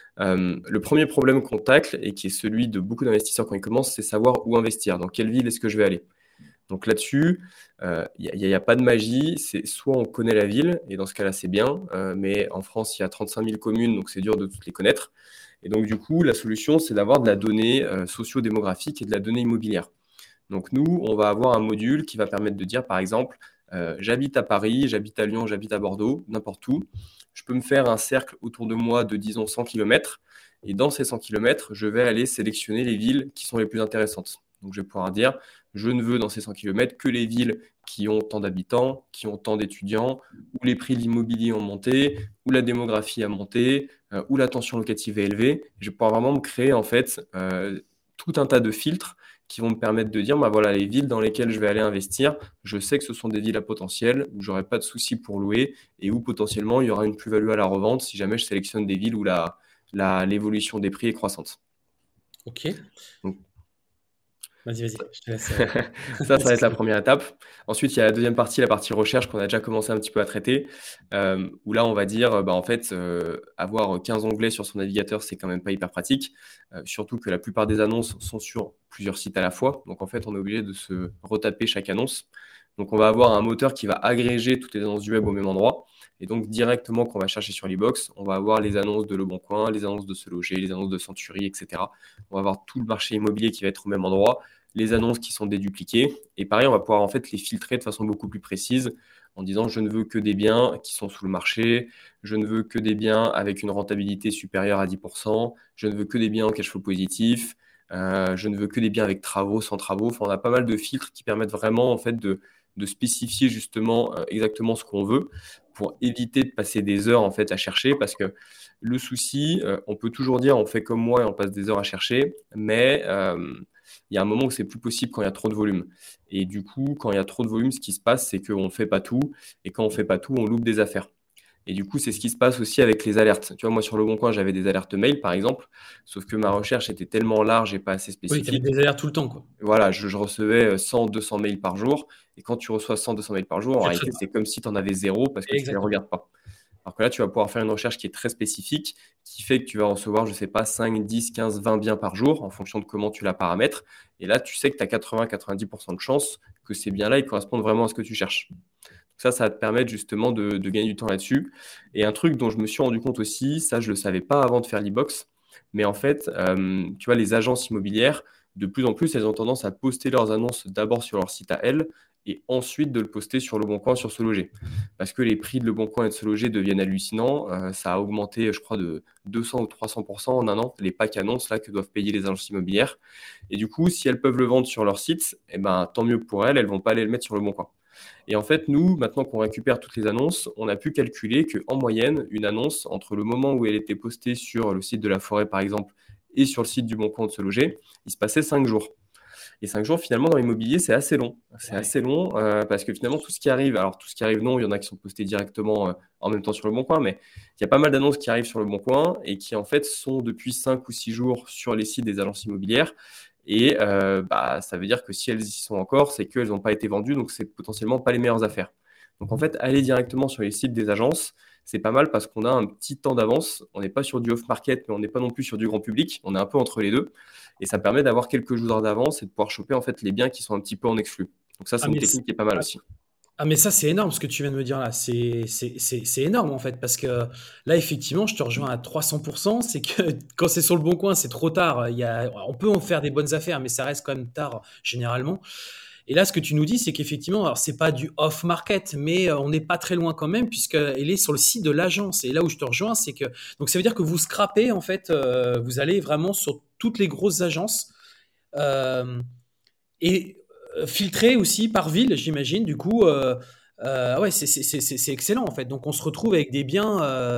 Le premier problème qu'on tacle, et qui est celui de beaucoup d'investisseurs quand ils commencent, c'est savoir où investir, dans quelle ville est-ce que je vais aller. Donc là-dessus, il n'y a pas de magie, c'est soit on connaît la ville, et dans ce cas-là, c'est bien, mais en France, il y a 35 000 communes, donc c'est dur de toutes les connaître. Et donc, du coup, la solution, c'est d'avoir de la donnée socio-démographique et de la donnée immobilière. Donc, nous, on va avoir un module qui va permettre de dire, par exemple, j'habite à Paris, j'habite à Lyon, j'habite à Bordeaux, n'importe où. Je peux me faire un cercle autour de moi de, disons, 100 km. Et dans ces 100 km, je vais aller sélectionner les villes qui sont les plus intéressantes. Donc, je vais pouvoir dire, je ne veux dans ces 100 km que les villes qui ont tant d'habitants, qui ont tant d'étudiants, où les prix de l'immobilier ont monté, où la démographie a monté, où la tension locative est élevée. Je vais pouvoir vraiment me créer en fait tout un tas de filtres qui vont me permettre de dire, bah voilà, les villes dans lesquelles je vais aller investir, je sais que ce sont des villes à potentiel, où j'aurai pas de soucis pour louer et où potentiellement il y aura une plus-value à la revente si jamais je sélectionne des villes où l'évolution des prix est croissante. Ok. Donc, Vas-y, vas-y. Je te laisse. ça va être la première étape. Ensuite, il y a la deuxième partie, la partie recherche qu'on a déjà commencé un petit peu à traiter, où là, on va dire, bah, en fait, avoir 15 onglets sur son navigateur, c'est quand même pas hyper pratique, surtout que la plupart des annonces sont sur plusieurs sites à la fois. Donc, en fait, on est obligé de se retaper chaque annonce. Donc, on va avoir un moteur qui va agréger toutes les annonces du web au même endroit. Et donc, directement, quand on va chercher sur l'e-box, on va avoir les annonces de Le Bon Coin, les annonces de Se Loger, les annonces de Century, etc. On va avoir tout le marché immobilier qui va être au même endroit, les annonces qui sont dédupliquées. Et pareil, on va pouvoir en fait les filtrer de façon beaucoup plus précise en disant je ne veux que des biens qui sont sous le marché, je ne veux que des biens avec une rentabilité supérieure à 10%, je ne veux que des biens en cash flow positif, je ne veux que des biens avec travaux, sans travaux. Enfin, on a pas mal de filtres qui permettent vraiment en fait de spécifier justement exactement ce qu'on veut pour éviter de passer des heures en fait à chercher, parce que le souci, on peut toujours dire on fait comme moi et on passe des heures à chercher, mais il y a un moment où c'est plus possible quand il y a trop de volume. Et du coup, quand il y a trop de volume, ce qui se passe, c'est qu'on ne fait pas tout. Et quand on ne fait pas tout, on loupe des affaires. Et du coup, c'est ce qui se passe aussi avec les alertes. Tu vois, moi, sur Le Bon Coin, j'avais des alertes mail, par exemple, sauf que ma recherche était tellement large et pas assez Oui, tu avais spécifique. des alertes tout le temps, quoi. Voilà, je recevais 100, 200 mails par jour. Et quand tu reçois 100, 200 mails par jour, en Tu le réalité, traites pas. c'est comme si tu en avais zéro parce que tu ne les Exactement. regardes pas. Alors que là, tu vas pouvoir faire une recherche qui est très spécifique, qui fait que tu vas recevoir, je ne sais pas, 5, 10, 15, 20 biens par jour en fonction de comment tu la paramètres. Et là, tu sais que tu as 80-90% de chances que ces biens-là, ils correspondent vraiment à ce que tu cherches. Ça va te permettre justement de gagner du temps là-dessus. Et un truc dont je me suis rendu compte aussi, ça, je ne le savais pas avant de faire l'e-box, mais en fait, tu vois, les agences immobilières, de plus en plus, elles ont tendance à poster leurs annonces d'abord sur leur site à elles et ensuite de le poster sur Le Bon Coin, sur Se Loger. Parce que les prix de Le Bon Coin et de Se Loger deviennent hallucinants. Ça a augmenté, je crois, de 200 ou 300% en un an, les packs annonces là, que doivent payer les agences immobilières. Et du coup, si elles peuvent le vendre sur leur site, eh ben, tant mieux pour elles, elles ne vont pas aller le mettre sur Le Bon Coin. Et en fait, nous, maintenant qu'on récupère toutes les annonces, on a pu calculer qu'en moyenne, une annonce, entre le moment où elle était postée sur le site de la Forêt, par exemple, et sur le site du Bon Coin de Se Loger, il se passait 5 jours. Et 5 jours, finalement, dans l'immobilier, c'est assez long. C'est Ouais. assez long parce que finalement, tout ce qui arrive, alors tout ce qui arrive, non, il y en a qui sont postés directement en même temps sur Le Bon Coin, mais il y a pas mal d'annonces qui arrivent sur Le Bon Coin et qui, en fait, sont depuis 5 ou 6 jours sur les sites des agences immobilières. Et ça veut dire que si elles y sont encore, c'est qu'elles n'ont pas été vendues, donc c'est potentiellement pas les meilleures affaires. Donc en fait, aller directement sur les sites des agences, c'est pas mal parce qu'on a un petit temps d'avance. On n'est pas sur du off-market, mais on n'est pas non plus sur du grand public. On est un peu entre les deux. Et ça permet d'avoir quelques jours d'avance et de pouvoir choper en fait les biens qui sont un petit peu en exclu. Donc ça, Ah c'est une mais, technique qui est pas mal aussi. ah, mais ça, c'est énorme ce que tu viens de me dire là. C'est énorme en fait, parce que là, effectivement, je te rejoins à 300%. C'est que quand c'est sur le bon coin, c'est trop tard. On peut en faire des bonnes affaires, mais ça reste quand même tard généralement. Et là, ce que tu nous dis, c'est qu'effectivement, alors c'est pas du off-market, mais on n'est pas très loin quand même, puisqu'elle est sur le site de l'agence. Et là où je te rejoins, c'est que donc ça veut dire que vous scrapez en fait, vous allez vraiment sur toutes les grosses agences. Euh, et filtré aussi par ville, j'imagine. Du coup, ouais, c'est excellent en fait. Donc, on se retrouve avec des biens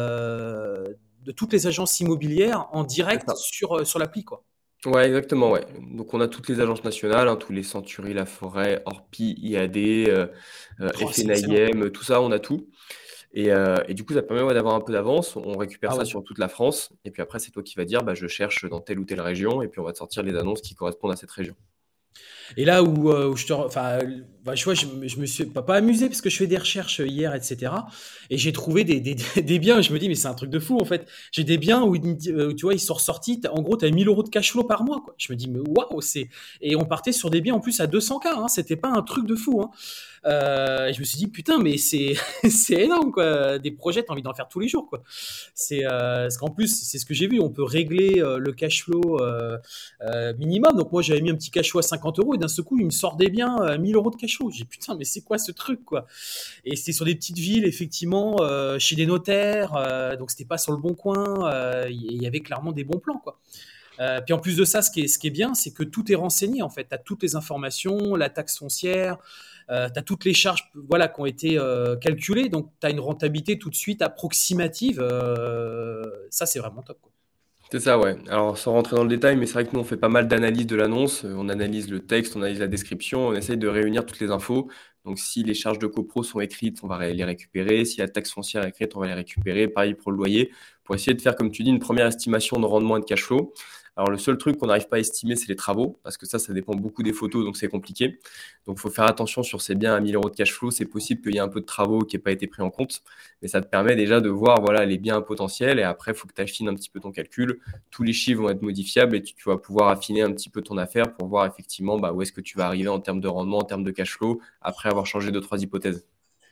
de toutes les agences immobilières en C'est direct ça. sur l'appli, quoi. Ouais, exactement, ouais. Donc on a toutes les agences nationales, hein, tous les Century, La Forêt, Orpi, IAD, Oh, c'est excellent. FNAIM, tout ça, on a tout. Et du coup, ça permet ouais, d'avoir un peu d'avance. On récupère Ah ça ouais. sur toute la France. Et puis après, c'est toi qui vas dire, je cherche dans telle ou telle région. Et puis on va te sortir les annonces qui correspondent à cette région. Et là où enfin, je vois, je me suis pas amusé parce que je fais des recherches hier, etc. Et j'ai trouvé des biens. Je me dis, mais c'est un truc de fou en fait. J'ai des biens où, tu vois, ils sont ressortis. En gros, tu as 1000 euros de cash flow par mois, quoi. Je me dis, mais waouh, c'est. Et on partait sur des biens en plus à 200K. Hein. C'était pas un truc de fou. Hein. Et je me suis dit, putain, mais c'est c'est énorme, quoi. Des projets, t'as envie d'en faire tous les jours, quoi. Parce qu'en plus, c'est ce que j'ai vu. On peut régler le cash flow minimum. Donc moi, j'avais mis un petit cash flow à 50 euros et d'un seul coup, il me sort des biens à 1000 euros de cash flow. J'ai dit, putain, mais c'est quoi ce truc, quoi. Et c'était sur des petites villes, effectivement, chez des notaires. Donc c'était pas sur le bon coin. Il y avait clairement des bons plans, quoi. Puis en plus de ça, ce qui est bien, c'est que tout est renseigné en fait. Tu as toutes les informations, la taxe foncière, tu as toutes les charges voilà, qui ont été calculées, donc tu as une rentabilité tout de suite approximative. Ça, c'est vraiment top, quoi. C'est ça, ouais. Alors, sans rentrer dans le détail, mais c'est vrai que nous, on fait pas mal d'analyse de l'annonce. On analyse le texte, on analyse la description, on essaye de réunir toutes les infos. Donc, si les charges de copro sont écrites, on va les récupérer. Si la taxe foncière est écrite, on va les récupérer. Pareil pour le loyer, pour essayer de faire, comme tu dis, une première estimation de rendement et de cash flow. Alors, le seul truc qu'on n'arrive pas à estimer, c'est les travaux, parce que ça dépend beaucoup des photos, donc c'est compliqué. Donc, il faut faire attention sur ces biens à 1000 euros de cash flow. C'est possible qu'il y ait un peu de travaux qui n'aient pas été pris en compte, mais ça te permet déjà de voir voilà, les biens potentiels. Et après, il faut que tu affines un petit peu ton calcul. Tous les chiffres vont être modifiables et tu vas pouvoir affiner un petit peu ton affaire pour voir effectivement où est-ce que tu vas arriver en termes de rendement, en termes de cash flow, après avoir changé deux, trois hypothèses.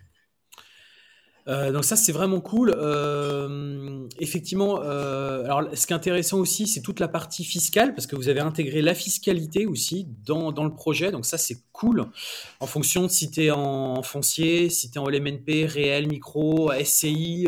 Donc ça, c'est vraiment cool. Effectivement, alors ce qui est intéressant aussi, c'est toute la partie fiscale, parce que vous avez intégré la fiscalité aussi dans le projet. Donc ça, c'est cool. En fonction de si tu es en foncier, si tu es en LMNP, réel, micro, SCI,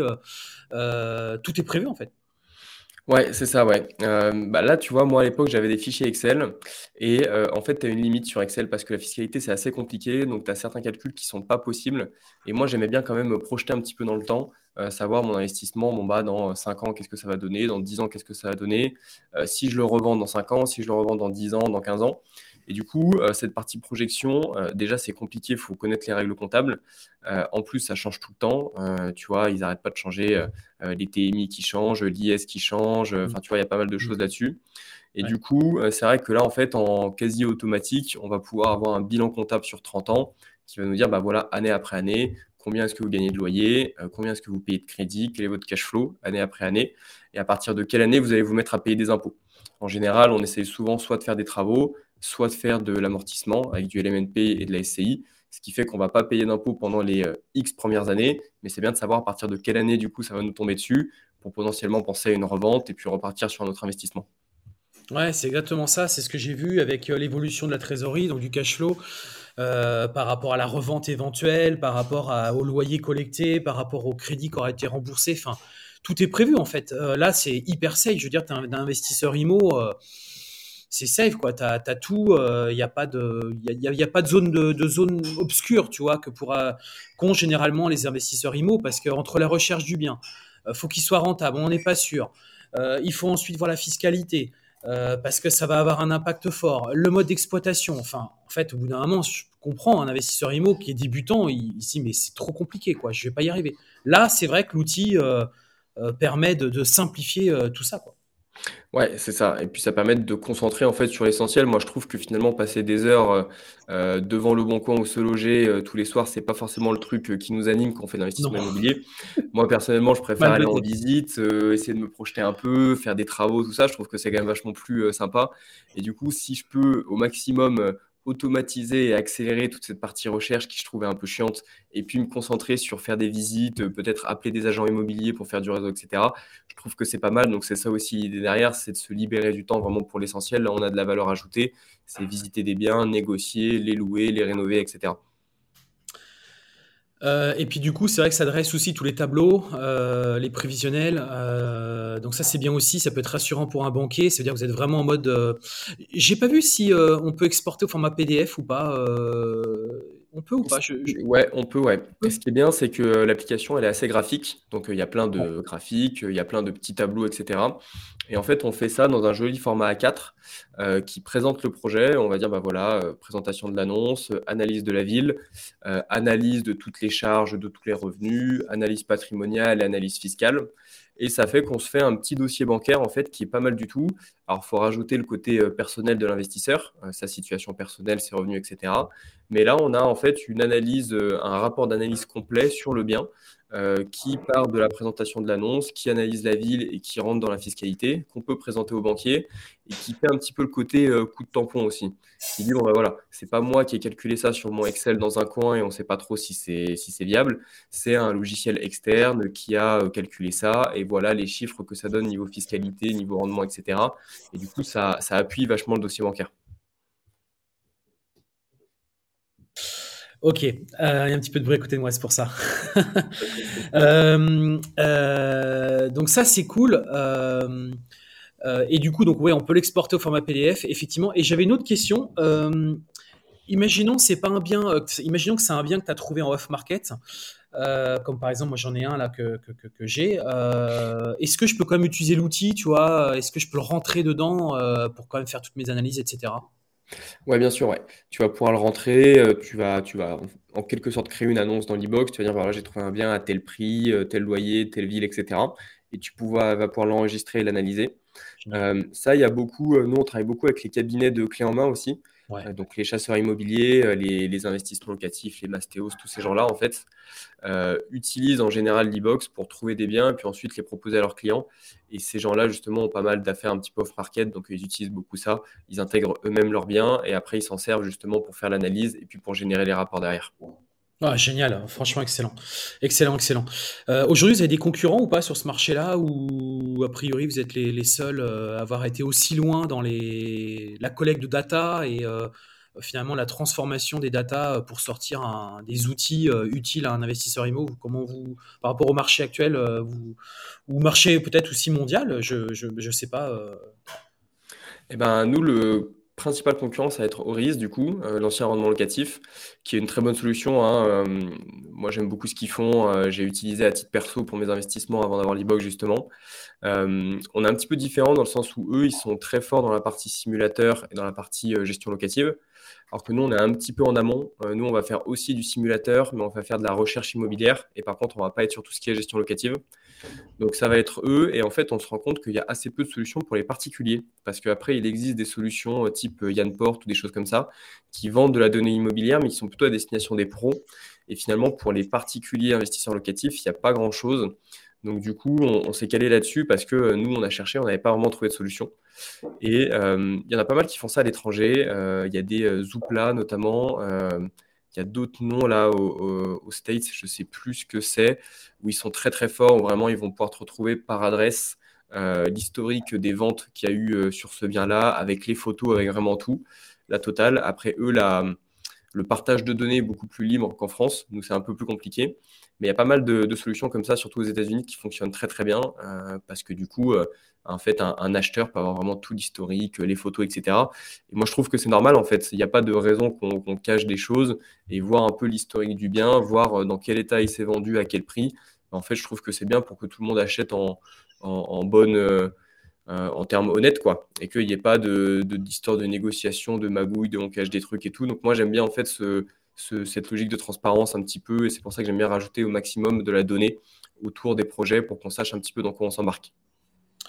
tout est prévu en fait. Ouais, c'est ça, ouais. Là, tu vois, moi à l'époque, j'avais des fichiers Excel et en fait, tu as une limite sur Excel parce que la fiscalité, c'est assez compliqué, donc tu as certains calculs qui sont pas possibles. Et moi, j'aimais bien quand même me projeter un petit peu dans le temps, savoir mon investissement, dans 5 ans, qu'est-ce que ça va donner, dans 10 ans, qu'est-ce que ça va donner, si je le revends dans 5 ans, si je le revends dans 10 ans, dans 15 ans. Et du coup, cette partie projection, déjà, c'est compliqué, il faut connaître les règles comptables. En plus, ça change tout le temps. Tu vois, ils n'arrêtent pas de changer les TMI qui changent, l'IS qui change. Mm. Enfin, tu vois, il y a pas mal de Mm. choses là-dessus. Et Ouais. du coup, c'est vrai que là, en fait, en quasi automatique, on va pouvoir avoir un bilan comptable sur 30 ans qui va nous dire, voilà, année après année, combien est-ce que vous gagnez de loyer, combien est-ce que vous payez de crédit, quel est votre cash flow, année après année, et à partir de quelle année vous allez vous mettre à payer des impôts. En général, on essaye souvent soit de faire des travaux, soit de faire de l'amortissement avec du LMNP et de la SCI, ce qui fait qu'on ne va pas payer d'impôts pendant les X premières années, mais c'est bien de savoir à partir de quelle année, du coup, ça va nous tomber dessus pour potentiellement penser à une revente et puis repartir sur un autre investissement. Ouais, c'est exactement ça. C'est ce que j'ai vu avec l'évolution de la trésorerie, donc du cash flow, par rapport à la revente éventuelle, par rapport au loyer collecté, par rapport au crédit qui aura été remboursé. Enfin, tout est prévu en fait. Là, c'est hyper safe. Je veux dire, tu es un investisseur IMO, c'est safe quoi. T'as tout. Il n'y a pas de, y a pas de zone de zone obscure, tu vois, qu'ont généralement les investisseurs IMO, parce que entre la recherche du bien, faut qu'il soit rentable, on n'est pas sûr. Il faut ensuite voir la fiscalité. Parce que ça va avoir un impact fort. Le mode d'exploitation, enfin, en fait, au bout d'un moment, je comprends un investisseur IMO qui est débutant, il se dit mais c'est trop compliqué, quoi, je vais pas y arriver. Là, c'est vrai que l'outil permet de simplifier tout ça, quoi. Ouais, c'est ça. Et puis ça permet de concentrer en fait sur l'essentiel. Moi, je trouve que finalement passer des heures devant le Bon Coin ou se loger tous les soirs, c'est pas forcément le truc qui nous anime quand on fait de Non, l'investissement immobilier. Moi, personnellement, je préfère aller en malgré. visite, essayer de me projeter un peu, faire des travaux, tout ça. Je trouve que c'est quand même vachement plus sympa. Et du coup, si je peux au maximum automatiser et accélérer toute cette partie recherche qui je trouvais un peu chiante, et puis me concentrer sur faire des visites, peut-être appeler des agents immobiliers pour faire du réseau, etc. Je trouve que c'est pas mal. Donc, c'est ça aussi l'idée derrière, c'est de se libérer du temps vraiment pour l'essentiel. Là, on a de la valeur ajoutée. C'est visiter des biens, négocier, les louer, les rénover, etc. Et puis du coup, c'est vrai que ça dresse aussi tous les tableaux, les prévisionnels. Donc ça, c'est bien aussi. Ça peut être rassurant pour un banquier. Ça veut dire que vous êtes vraiment en mode. J'ai pas vu si on peut exporter au format PDF ou pas. On peut ou pas Ouais, on peut, ouais. On Et peut. ce qui est bien, c'est que l'application, elle est assez graphique. Donc, il y a plein Ouais. de graphiques, il y a plein de petits tableaux, etc. Et en fait, on fait ça dans un joli format A4 qui présente le projet. On va dire, bah voilà, présentation de l'annonce, analyse de la ville, analyse de toutes les charges, de tous les revenus, analyse patrimoniale et analyse fiscale. Et ça fait qu'on se fait un petit dossier bancaire, en fait, qui est pas mal du tout. Alors, il faut rajouter le côté personnel de l'investisseur, sa situation personnelle, ses revenus, etc. Mais là, on a en fait une analyse, un rapport d'analyse complet sur le bien qui part de la présentation de l'annonce, qui analyse la ville et qui rentre dans la fiscalité, qu'on peut présenter au banquier et qui fait un petit peu le côté coup de tampon aussi. Qui dit, bon, bah voilà, c'est pas moi qui ai calculé ça sur mon Excel dans un coin et on ne sait pas trop si c'est viable. C'est un logiciel externe qui a calculé ça et voilà les chiffres que ça donne niveau fiscalité, niveau rendement, etc. Et du coup, ça appuie vachement le dossier bancaire. Ok, il y a un petit peu de bruit à côté de moi, c'est pour ça. Pas de souci. Donc ça, c'est cool. Et du coup, donc ouais, on peut l'exporter au format PDF, effectivement. Et j'avais une autre question. Imaginons c'est pas un bien, imaginons que c'est un bien que tu as trouvé en off market, comme par exemple moi j'en ai un là que j'ai. Est-ce que je peux quand même utiliser l'outil, tu vois? Est-ce que je peux le rentrer dedans pour quand même faire toutes mes analyses, etc. Ouais, bien sûr, ouais. Tu vas pouvoir le rentrer, tu vas en quelque sorte créer une annonce dans l'e-box. Tu vas dire, voilà, j'ai trouvé un bien à tel prix, tel loyer, telle ville, etc. Et vas pouvoir l'enregistrer et l'analyser. Génial. Ça, il y a beaucoup, nous, on travaille beaucoup avec les cabinets de clés en main aussi. Ouais. Donc, les chasseurs immobiliers, les investissements locatifs, les mastéos, tous ces gens-là, en fait, utilisent en général l'e-box pour trouver des biens et puis ensuite les proposer à leurs clients. Et ces gens-là, justement, ont pas mal d'affaires un petit peu off-market, donc ils utilisent beaucoup ça. Ils intègrent eux-mêmes leurs biens et après, ils s'en servent justement pour faire l'analyse et puis pour générer les rapports derrière. Ah, génial, franchement excellent. Excellent, excellent. Aujourd'hui, vous avez des concurrents ou pas sur ce marché-là ou a priori vous êtes les seuls à avoir été aussi loin dans la collecte de data et finalement la transformation des data pour sortir des outils utiles à un investisseur IMO? Comment vous, par rapport au marché actuel, ou marché peut-être aussi mondial, je sais pas. Eh ben, nous, le principal concurrent, ça va être Oris, du coup, l'ancien rendement locatif, qui est une très bonne solution, hein. Moi, j'aime beaucoup ce qu'ils font. J'ai utilisé à titre perso pour mes investissements avant d'avoir l'e-box, justement. On est un petit peu différent dans le sens où eux, ils sont très forts dans la partie simulateur et dans la partie gestion locative, alors que nous, on est un petit peu en amont. Nous, on va faire aussi du simulateur, mais on va faire de la recherche immobilière. Et par contre, on va pas être sur tout ce qui est gestion locative. Donc ça va être eux, et en fait, on se rend compte qu'il y a assez peu de solutions pour les particuliers, parce qu'après, il existe des solutions type Yanport ou des choses comme ça, qui vendent de la donnée immobilière, mais qui sont plutôt à destination des pros. Et finalement, pour les particuliers investisseurs locatifs, il n'y a pas grand-chose. Donc du coup, on s'est calé là-dessus parce que nous, on a cherché, on n'avait pas vraiment trouvé de solution. Et il y en a pas mal qui font ça à l'étranger. Il y a des Zoopla notamment. Il y a d'autres noms là aux States, je ne sais plus ce que c'est, où ils sont très très forts, où vraiment ils vont pouvoir te retrouver par adresse l'historique des ventes qu'il y a eu sur ce bien-là, avec les photos, avec vraiment tout, la totale. Après eux, le partage de données est beaucoup plus libre qu'en France. Nous, c'est un peu plus compliqué. Mais il y a pas mal de solutions comme ça, surtout aux États-Unis, qui fonctionnent très très bien parce que du coup, en fait, un acheteur peut avoir vraiment tout l'historique, les photos, etc. Et moi, je trouve que c'est normal en fait. Il n'y a pas de raison qu'on cache des choses et voir un peu l'historique du bien, voir dans quel état il s'est vendu, à quel prix. En fait, je trouve que c'est bien pour que tout le monde achète en bonne, en termes honnêtes, quoi, et qu'il n'y ait pas d'histoire de négociation, de magouille, de on cache des trucs et tout. Donc moi, j'aime bien en fait cette logique de transparence un petit peu, et c'est pour ça que j'aime bien rajouter au maximum de la donnée autour des projets pour qu'on sache un petit peu dans quoi on s'embarque.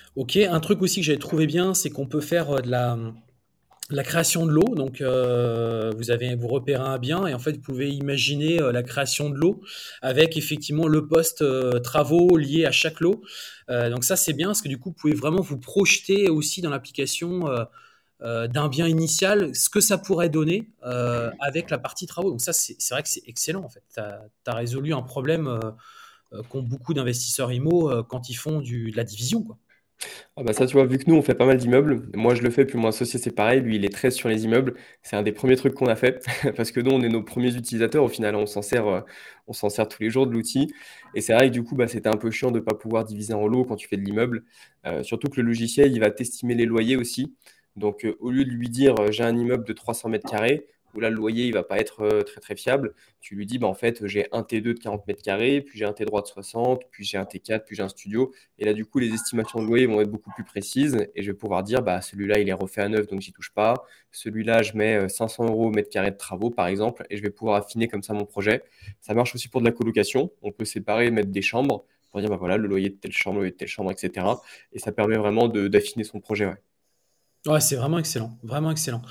Ok, un truc aussi que j'avais trouvé bien, c'est qu'on peut faire la création de lot. Donc, vous repérez un bien et en fait, vous pouvez imaginer la création de lot avec effectivement le poste travaux lié à chaque lot. Donc ça, c'est bien parce que du coup, vous pouvez vraiment vous projeter aussi dans l'application d'un bien initial, ce que ça pourrait donner avec la partie travaux. Donc ça, c'est vrai que c'est excellent en fait. Tu as résolu un problème qu'ont beaucoup d'investisseurs IMO quand ils font de la division, quoi. Ah bah ça, tu vois, vu que nous, on fait pas mal d'immeubles, moi je le fais, puis mon associé, c'est pareil, lui, il est très sur les immeubles. C'est un des premiers trucs qu'on a fait, parce que nous, on est nos premiers utilisateurs, au final, on s'en sert tous les jours de l'outil. Et c'est vrai que du coup, bah, c'était un peu chiant de ne pas pouvoir diviser en lots quand tu fais de l'immeuble. Surtout que le logiciel, il va t'estimer les loyers aussi. Donc, au lieu de lui dire, j'ai un immeuble de 300 mètres carrés, où là, le loyer, il va pas être très très fiable, tu lui dis, bah, en fait, j'ai un T2 de 40 mètres carrés, puis j'ai un T3 de 60, puis j'ai un T4, puis j'ai un studio. Et là, du coup, les estimations de loyer vont être beaucoup plus précises et je vais pouvoir dire, bah, celui-là, il est refait à neuf, donc j'y touche pas. Celui-là, je mets 500 euros au mètre carré de travaux, par exemple, et je vais pouvoir affiner comme ça mon projet. Ça marche aussi pour de la colocation. On peut séparer, mettre des chambres pour dire, bah voilà, le loyer de telle chambre, le loyer de telle chambre, etc. Et ça permet vraiment d'affiner son projet. Ouais. Ouais, c'est vraiment excellent, vraiment excellent.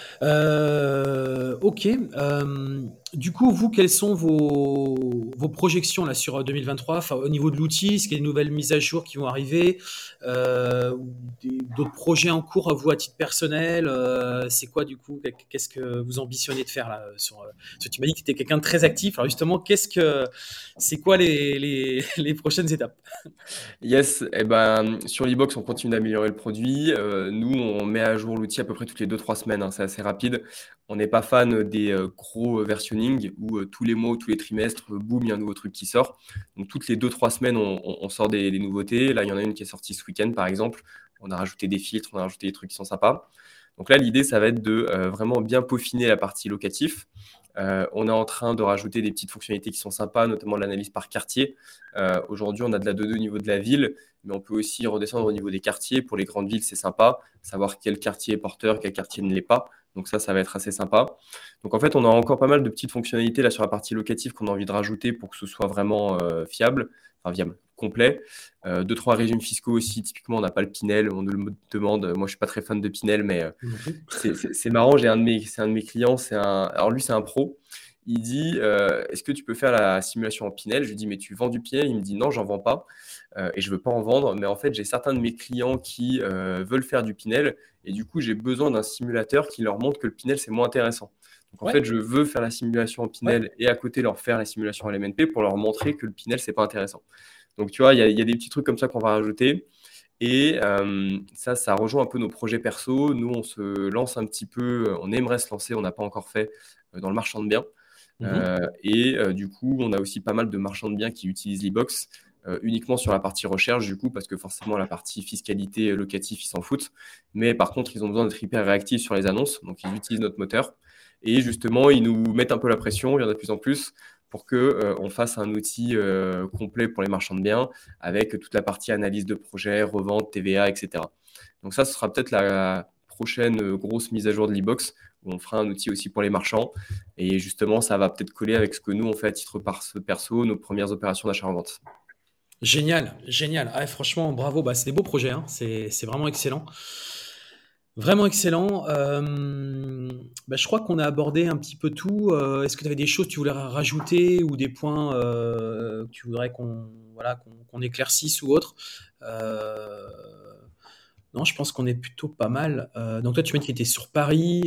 Ok. Du coup, vous, quelles sont vos projections là sur 2023, enfin, au niveau de l'outil? Est-ce qu'il y a des nouvelles mises à jour qui vont arriver? Ou d'autres projets en cours, vous, à titre personnel? C'est quoi, du coup? Qu'est-ce que vous ambitionnez de faire là parce que tu m'as dit que tu étais quelqu'un de très actif. Alors, justement, c'est quoi les prochaines étapes? Yes, et ben, sur l'e-box, on continue d'améliorer le produit. Nous, on met à jour l'outil à peu près toutes les 2 3 semaines, hein, c'est assez rapide. On n'est pas fan des gros versionning où tous les mois ou tous les trimestres, boum, il y a un nouveau truc qui sort. Donc toutes les 2 3 semaines, on sort des nouveautés. Là, il y en a une qui est sortie ce week-end, par exemple. On a rajouté des filtres, on a rajouté des trucs qui sont sympas. Donc là, l'idée, ça va être de vraiment bien peaufiner la partie locatif. On est en train de rajouter des petites fonctionnalités qui sont sympas, notamment l'analyse par quartier. Aujourd'hui, on a de la 2D au niveau de la ville, mais on peut aussi redescendre au niveau des quartiers. Pour les grandes villes, c'est sympa, savoir quel quartier est porteur, quel quartier ne l'est pas. Donc ça va être assez sympa. Donc en fait, on a encore pas mal de petites fonctionnalités là sur la partie locative qu'on a envie de rajouter pour que ce soit vraiment viable, complet. 2 3 régimes fiscaux aussi. Typiquement, on n'a pas le Pinel, on nous le demande. Moi, je suis pas très fan de Pinel, mais Non plus. c'est marrant. C'est un de mes clients. Alors lui, c'est un pro. Il dit, est-ce que tu peux faire la simulation en Pinel? Je lui dis, mais tu vends du Pinel? Il me dit, non, j'en vends pas et je veux pas en vendre. Mais en fait, j'ai certains de mes clients qui veulent faire du Pinel et du coup, j'ai besoin d'un simulateur qui leur montre que le Pinel, c'est moins intéressant. Donc en Ouais, fait, je veux faire la simulation en ouais. Pinel et à côté leur faire la simulation en LMNP pour leur montrer que le Pinel, c'est pas intéressant. Donc tu vois, il y a des petits trucs comme ça qu'on va rajouter. Et ça rejoint un peu nos projets perso. Nous, on se lance un petit peu, on aimerait se lancer, on n'a pas encore fait, dans le marchand de biens. Mhm. Du coup, on a aussi pas mal de marchands de biens qui utilisent l'e-box uniquement sur la partie recherche, du coup, parce que forcément, la partie fiscalité locatif, ils s'en foutent. Mais par contre, ils ont besoin d'être hyper réactifs sur les annonces, donc ils utilisent notre moteur. Et justement, ils nous mettent un peu la pression, il y en a de plus en plus, pour que on fasse un outil complet pour les marchands de biens, avec toute la partie analyse de projet, revente, TVA, etc. Donc ça, ce sera peut-être la prochaine grosse mise à jour de l'e-box, où on fera un outil aussi pour les marchands. Et justement, ça va peut-être coller avec ce que nous, on fait à titre perso, nos premières opérations d'achat-revente. Génial, génial. Ah, franchement, bravo. Bah, c'est des beaux projets, hein. C'est vraiment excellent. Vraiment excellent. Bah, je crois qu'on a abordé un petit peu tout. Est-ce que tu avais des choses que tu voulais rajouter ou des points que tu voudrais qu'on éclaircisse ou autre? Euh, non, je pense qu'on est plutôt pas mal. Donc toi, tu m'as dit que tu étais sur Paris,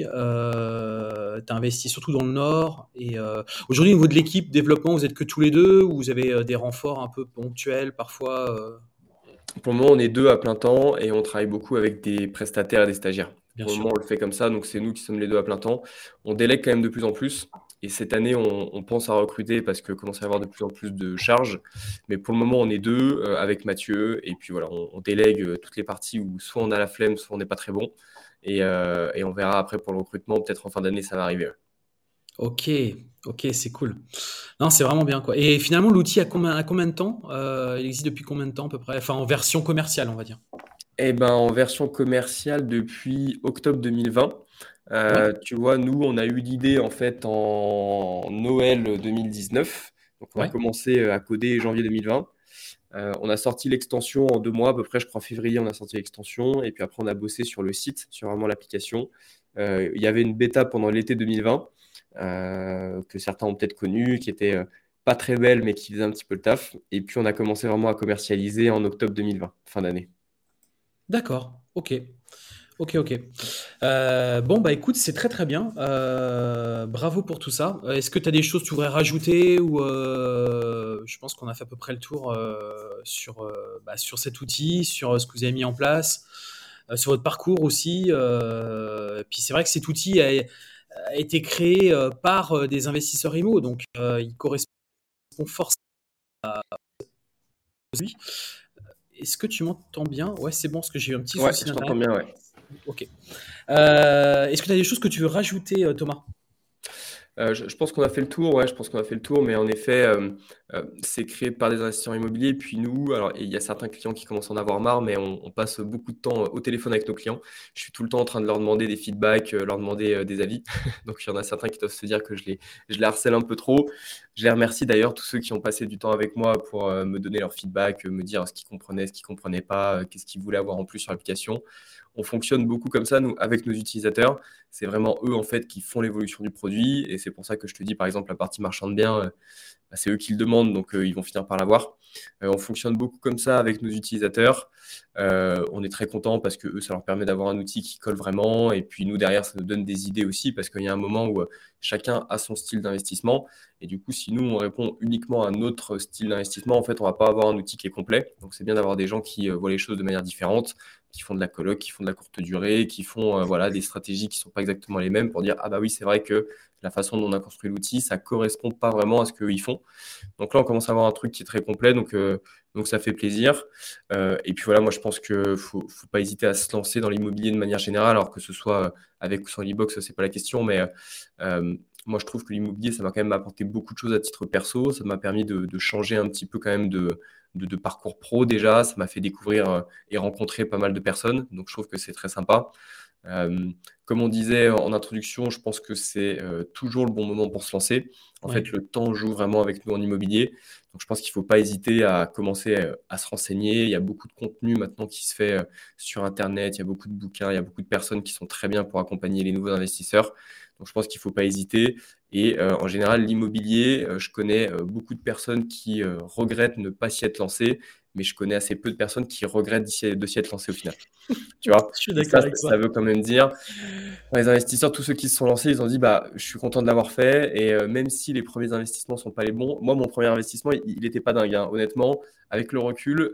tu as investi surtout dans le Nord. Et aujourd'hui, au niveau de l'équipe développement, vous êtes que tous les deux ou vous avez des renforts un peu ponctuels parfois Pour le moment, on est deux à plein temps et on travaille beaucoup avec des prestataires et des stagiaires. bien Pour le sûr. moment, on le fait comme ça, donc c'est nous qui sommes les deux à plein temps. On délègue quand même de plus en plus. Et cette année, on pense à recruter parce que commence à y avoir de plus en plus de charges. Mais pour le moment, on est deux avec Mathieu. Et puis voilà, on délègue toutes les parties où soit on a la flemme, soit on n'est pas très bon. Et on verra après pour le recrutement. Peut-être en fin d'année, ça va arriver. Ok, ok, c'est cool. Non, c'est vraiment bien quoi. Et finalement, l'outil a combien de temps? Il existe depuis combien de temps à peu près? Enfin, en version commerciale, on va dire. Eh ben, en version commerciale depuis octobre 2020. Ouais, Tu vois, nous, on a eu l'idée en fait en Noël 2019. Donc, on a ouais. commencé à coder janvier 2020. On a sorti l'extension en 2 mois, à peu près, je crois février, on a sorti l'extension. Et puis après, on a bossé sur le site, sur vraiment l'application. Il y avait une bêta pendant l'été 2020, que certains ont peut-être connu, qui était pas très belle, mais qui faisait un petit peu le taf. Et puis, on a commencé vraiment à commercialiser en octobre 2020, fin d'année. D'accord, ok. Ok, ok. Bon, bah écoute, c'est très très bien. Bravo pour tout ça. Est-ce que tu as des choses que tu voudrais rajouter ou je pense qu'on a fait à peu près le tour sur cet outil, sur ce que vous avez mis en place, sur votre parcours aussi. Puis c'est vrai que cet outil a été créé par des investisseurs IMO, donc il correspond forcément à lui. Est-ce que tu m'entends bien? Ouais, c'est bon, parce que j'ai eu un petit Ouais, souci je t'entends d'internet. bien, ouais. Ok. Est-ce que tu as des choses que tu veux rajouter, Thomas? Je pense qu'on a fait le tour, ouais, je pense qu'on a fait le tour, mais en effet, c'est créé par des investisseurs immobiliers. Puis nous, alors il y a certains clients qui commencent à en avoir marre, mais on passe beaucoup de temps au téléphone avec nos clients. Je suis tout le temps en train de leur demander des feedbacks, leur demander des avis. Donc il y en a certains qui doivent se dire que je les harcèle un peu trop. Je les remercie d'ailleurs, tous ceux qui ont passé du temps avec moi pour me donner leur feedback, me dire ce qu'ils comprenaient, ce qu'ils comprenaient pas, qu'est-ce qu'ils voulaient avoir en plus sur l'application. On fonctionne beaucoup comme ça, nous, avec nos utilisateurs. C'est vraiment eux, en fait, qui font l'évolution du produit. Et c'est pour ça que je te dis, par exemple, la partie marchand de biens, bah, c'est eux qui le demandent, donc ils vont finir par l'avoir. On fonctionne beaucoup comme ça avec nos utilisateurs. On est très content parce que eux, ça leur permet d'avoir un outil qui colle vraiment. Et puis nous, derrière, ça nous donne des idées aussi parce qu'il y a un moment où chacun a son style d'investissement. Et du coup, si nous, on répond uniquement à notre style d'investissement, en fait, on va pas avoir un outil qui est complet. Donc c'est bien d'avoir des gens qui voient les choses de manière différente, qui font de la coloc, qui font de la courte durée, qui font voilà, des stratégies qui sont pas exactement les mêmes pour dire, ah bah oui, c'est vrai que la façon dont on a construit l'outil, ça correspond pas vraiment à ce qu'eux ils font. Donc là, on commence à avoir un truc qui est très complet, donc ça fait plaisir. Et puis voilà, moi je pense que faut pas hésiter à se lancer dans l'immobilier de manière générale, alors que ce soit avec ou sans l'e-box, c'est pas la question, mais moi je trouve que l'immobilier, ça m'a quand même apporté beaucoup de choses à titre perso. Ça m'a permis de changer un petit peu quand même de parcours pro déjà. Ça m'a fait découvrir et rencontrer pas mal de personnes, donc je trouve que c'est très sympa. Euh, Comme on disait en introduction, je pense que c'est toujours le bon moment pour se lancer. En Oui, fait, le temps joue vraiment avec nous en immobilier. Donc, je pense qu'il ne faut pas hésiter à commencer à se renseigner. Il y a beaucoup de contenu maintenant qui se fait sur Internet. Il y a beaucoup de bouquins. Il y a beaucoup de personnes qui sont très bien pour accompagner les nouveaux investisseurs. Donc, je pense qu'il ne faut pas hésiter. Et en général, l'immobilier, je connais beaucoup de personnes qui regrettent ne pas s'y être lancées, mais je connais assez peu de personnes qui regrettent de s'y être lancées au final. Tu vois? je suis Et ça, d'accord avec ça toi. veut quand même dire, pour les investisseurs, tous ceux qui se sont lancés, ils ont dit, bah, je suis content de l'avoir fait. Et même si les premiers investissements sont pas les bons, moi, mon premier investissement, il n'était pas dingue, hein. Honnêtement, avec le recul,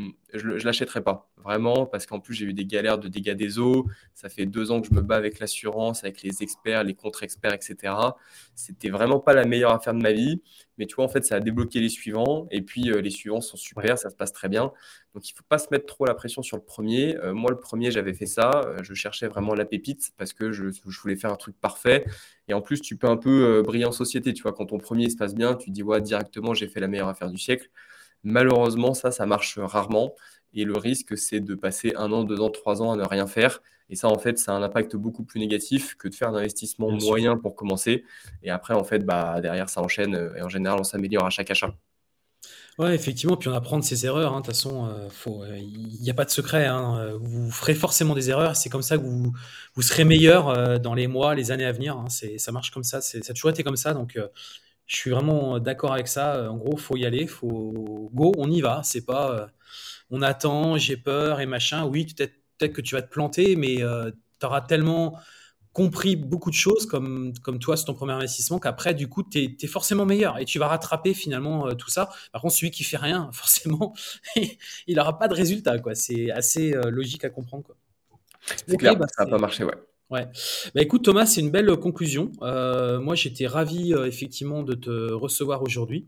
je l'achèterais pas. Vraiment, parce qu'en plus, j'ai eu des galères de dégâts des eaux. Ça fait 2 ans que je me bats avec l'assurance, avec les experts, les contre-experts, etc. C'était vraiment pas la meilleure affaire de ma vie. Mais tu vois, en fait, ça a débloqué les suivants. Et puis, les suivants sont Ouais. super, ça se passe très bien. Donc, il ne faut pas se mettre trop la pression sur le premier. Moi, le premier, j'avais fait ça. Je cherchais vraiment la pépite parce que je voulais faire un truc parfait. Et en plus, tu peux un peu briller en société. Tu vois, quand ton premier se passe bien, tu te dis, ouais, directement, j'ai fait la meilleure affaire du siècle. Malheureusement, ça marche rarement. Et le risque, c'est de passer 1 an, 2 ans, 3 ans à ne rien faire. Et ça, en fait, ça a un impact beaucoup plus négatif que de faire un investissement Bien sûr. moyen pour commencer. Et après, en fait, bah, derrière, ça enchaîne. Et en général, on s'améliore à chaque achat. Ouais, effectivement, puis on apprend de ses erreurs, hein. De toute façon, il n'y a pas de secret, hein. Vous ferez forcément des erreurs. C'est comme ça que vous serez meilleur dans les mois, les années à venir, hein. Ça marche comme ça. Ça a toujours été comme ça. Donc, je suis vraiment d'accord avec ça. En gros, faut y aller, faut go, on y va. C'est pas, on attend, j'ai peur et machin. Oui, peut-être que tu vas te planter, mais tu auras tellement compris beaucoup de choses comme toi sur ton premier investissement qu'après, du coup, tu es forcément meilleur et tu vas rattraper finalement tout ça. Par contre, celui qui fait rien, forcément, il n'aura pas de résultat, quoi. C'est assez logique à comprendre, quoi. C'est Ok, clair, bah ça n'a pas c'est. marché, ouais. Ouais. Bah écoute, Thomas, c'est une belle conclusion. Moi, j'étais ravi effectivement de te recevoir aujourd'hui.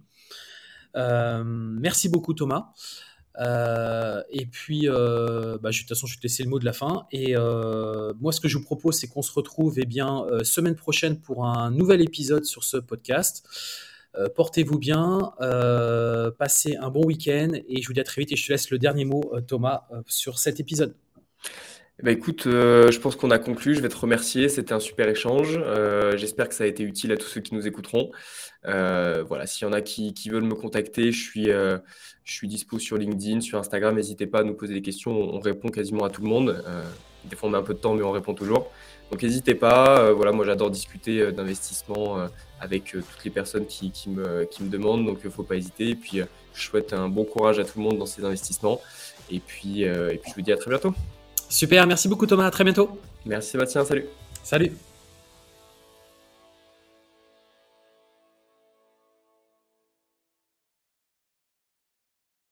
Merci beaucoup, Thomas. Et puis, bah, de toute façon, je vais te laisser le mot de la fin. Et moi, ce que je vous propose, c'est qu'on se retrouve eh bien, semaine prochaine pour un nouvel épisode sur ce podcast. Portez-vous bien, passez un bon week-end et je vous dis à très vite et je te laisse le dernier mot, Thomas, sur cet épisode. Écoute, je pense qu'on a conclu. Je vais te remercier. C'était un super échange. J'espère que ça a été utile à tous ceux qui nous écouteront. Voilà, s'il y en a qui veulent me contacter, je suis dispo sur LinkedIn, sur Instagram. N'hésitez pas à nous poser des questions. On répond quasiment à tout le monde. Des fois, on met un peu de temps, mais on répond toujours. Donc, n'hésitez pas. Voilà, moi, j'adore discuter d'investissement avec toutes les personnes qui me demandent. Donc, il ne faut pas hésiter. Et puis, je souhaite un bon courage à tout le monde dans ces investissements. Et puis je vous dis à très bientôt. Super, merci beaucoup Thomas, à très bientôt. Merci Sébastien, salut. Salut.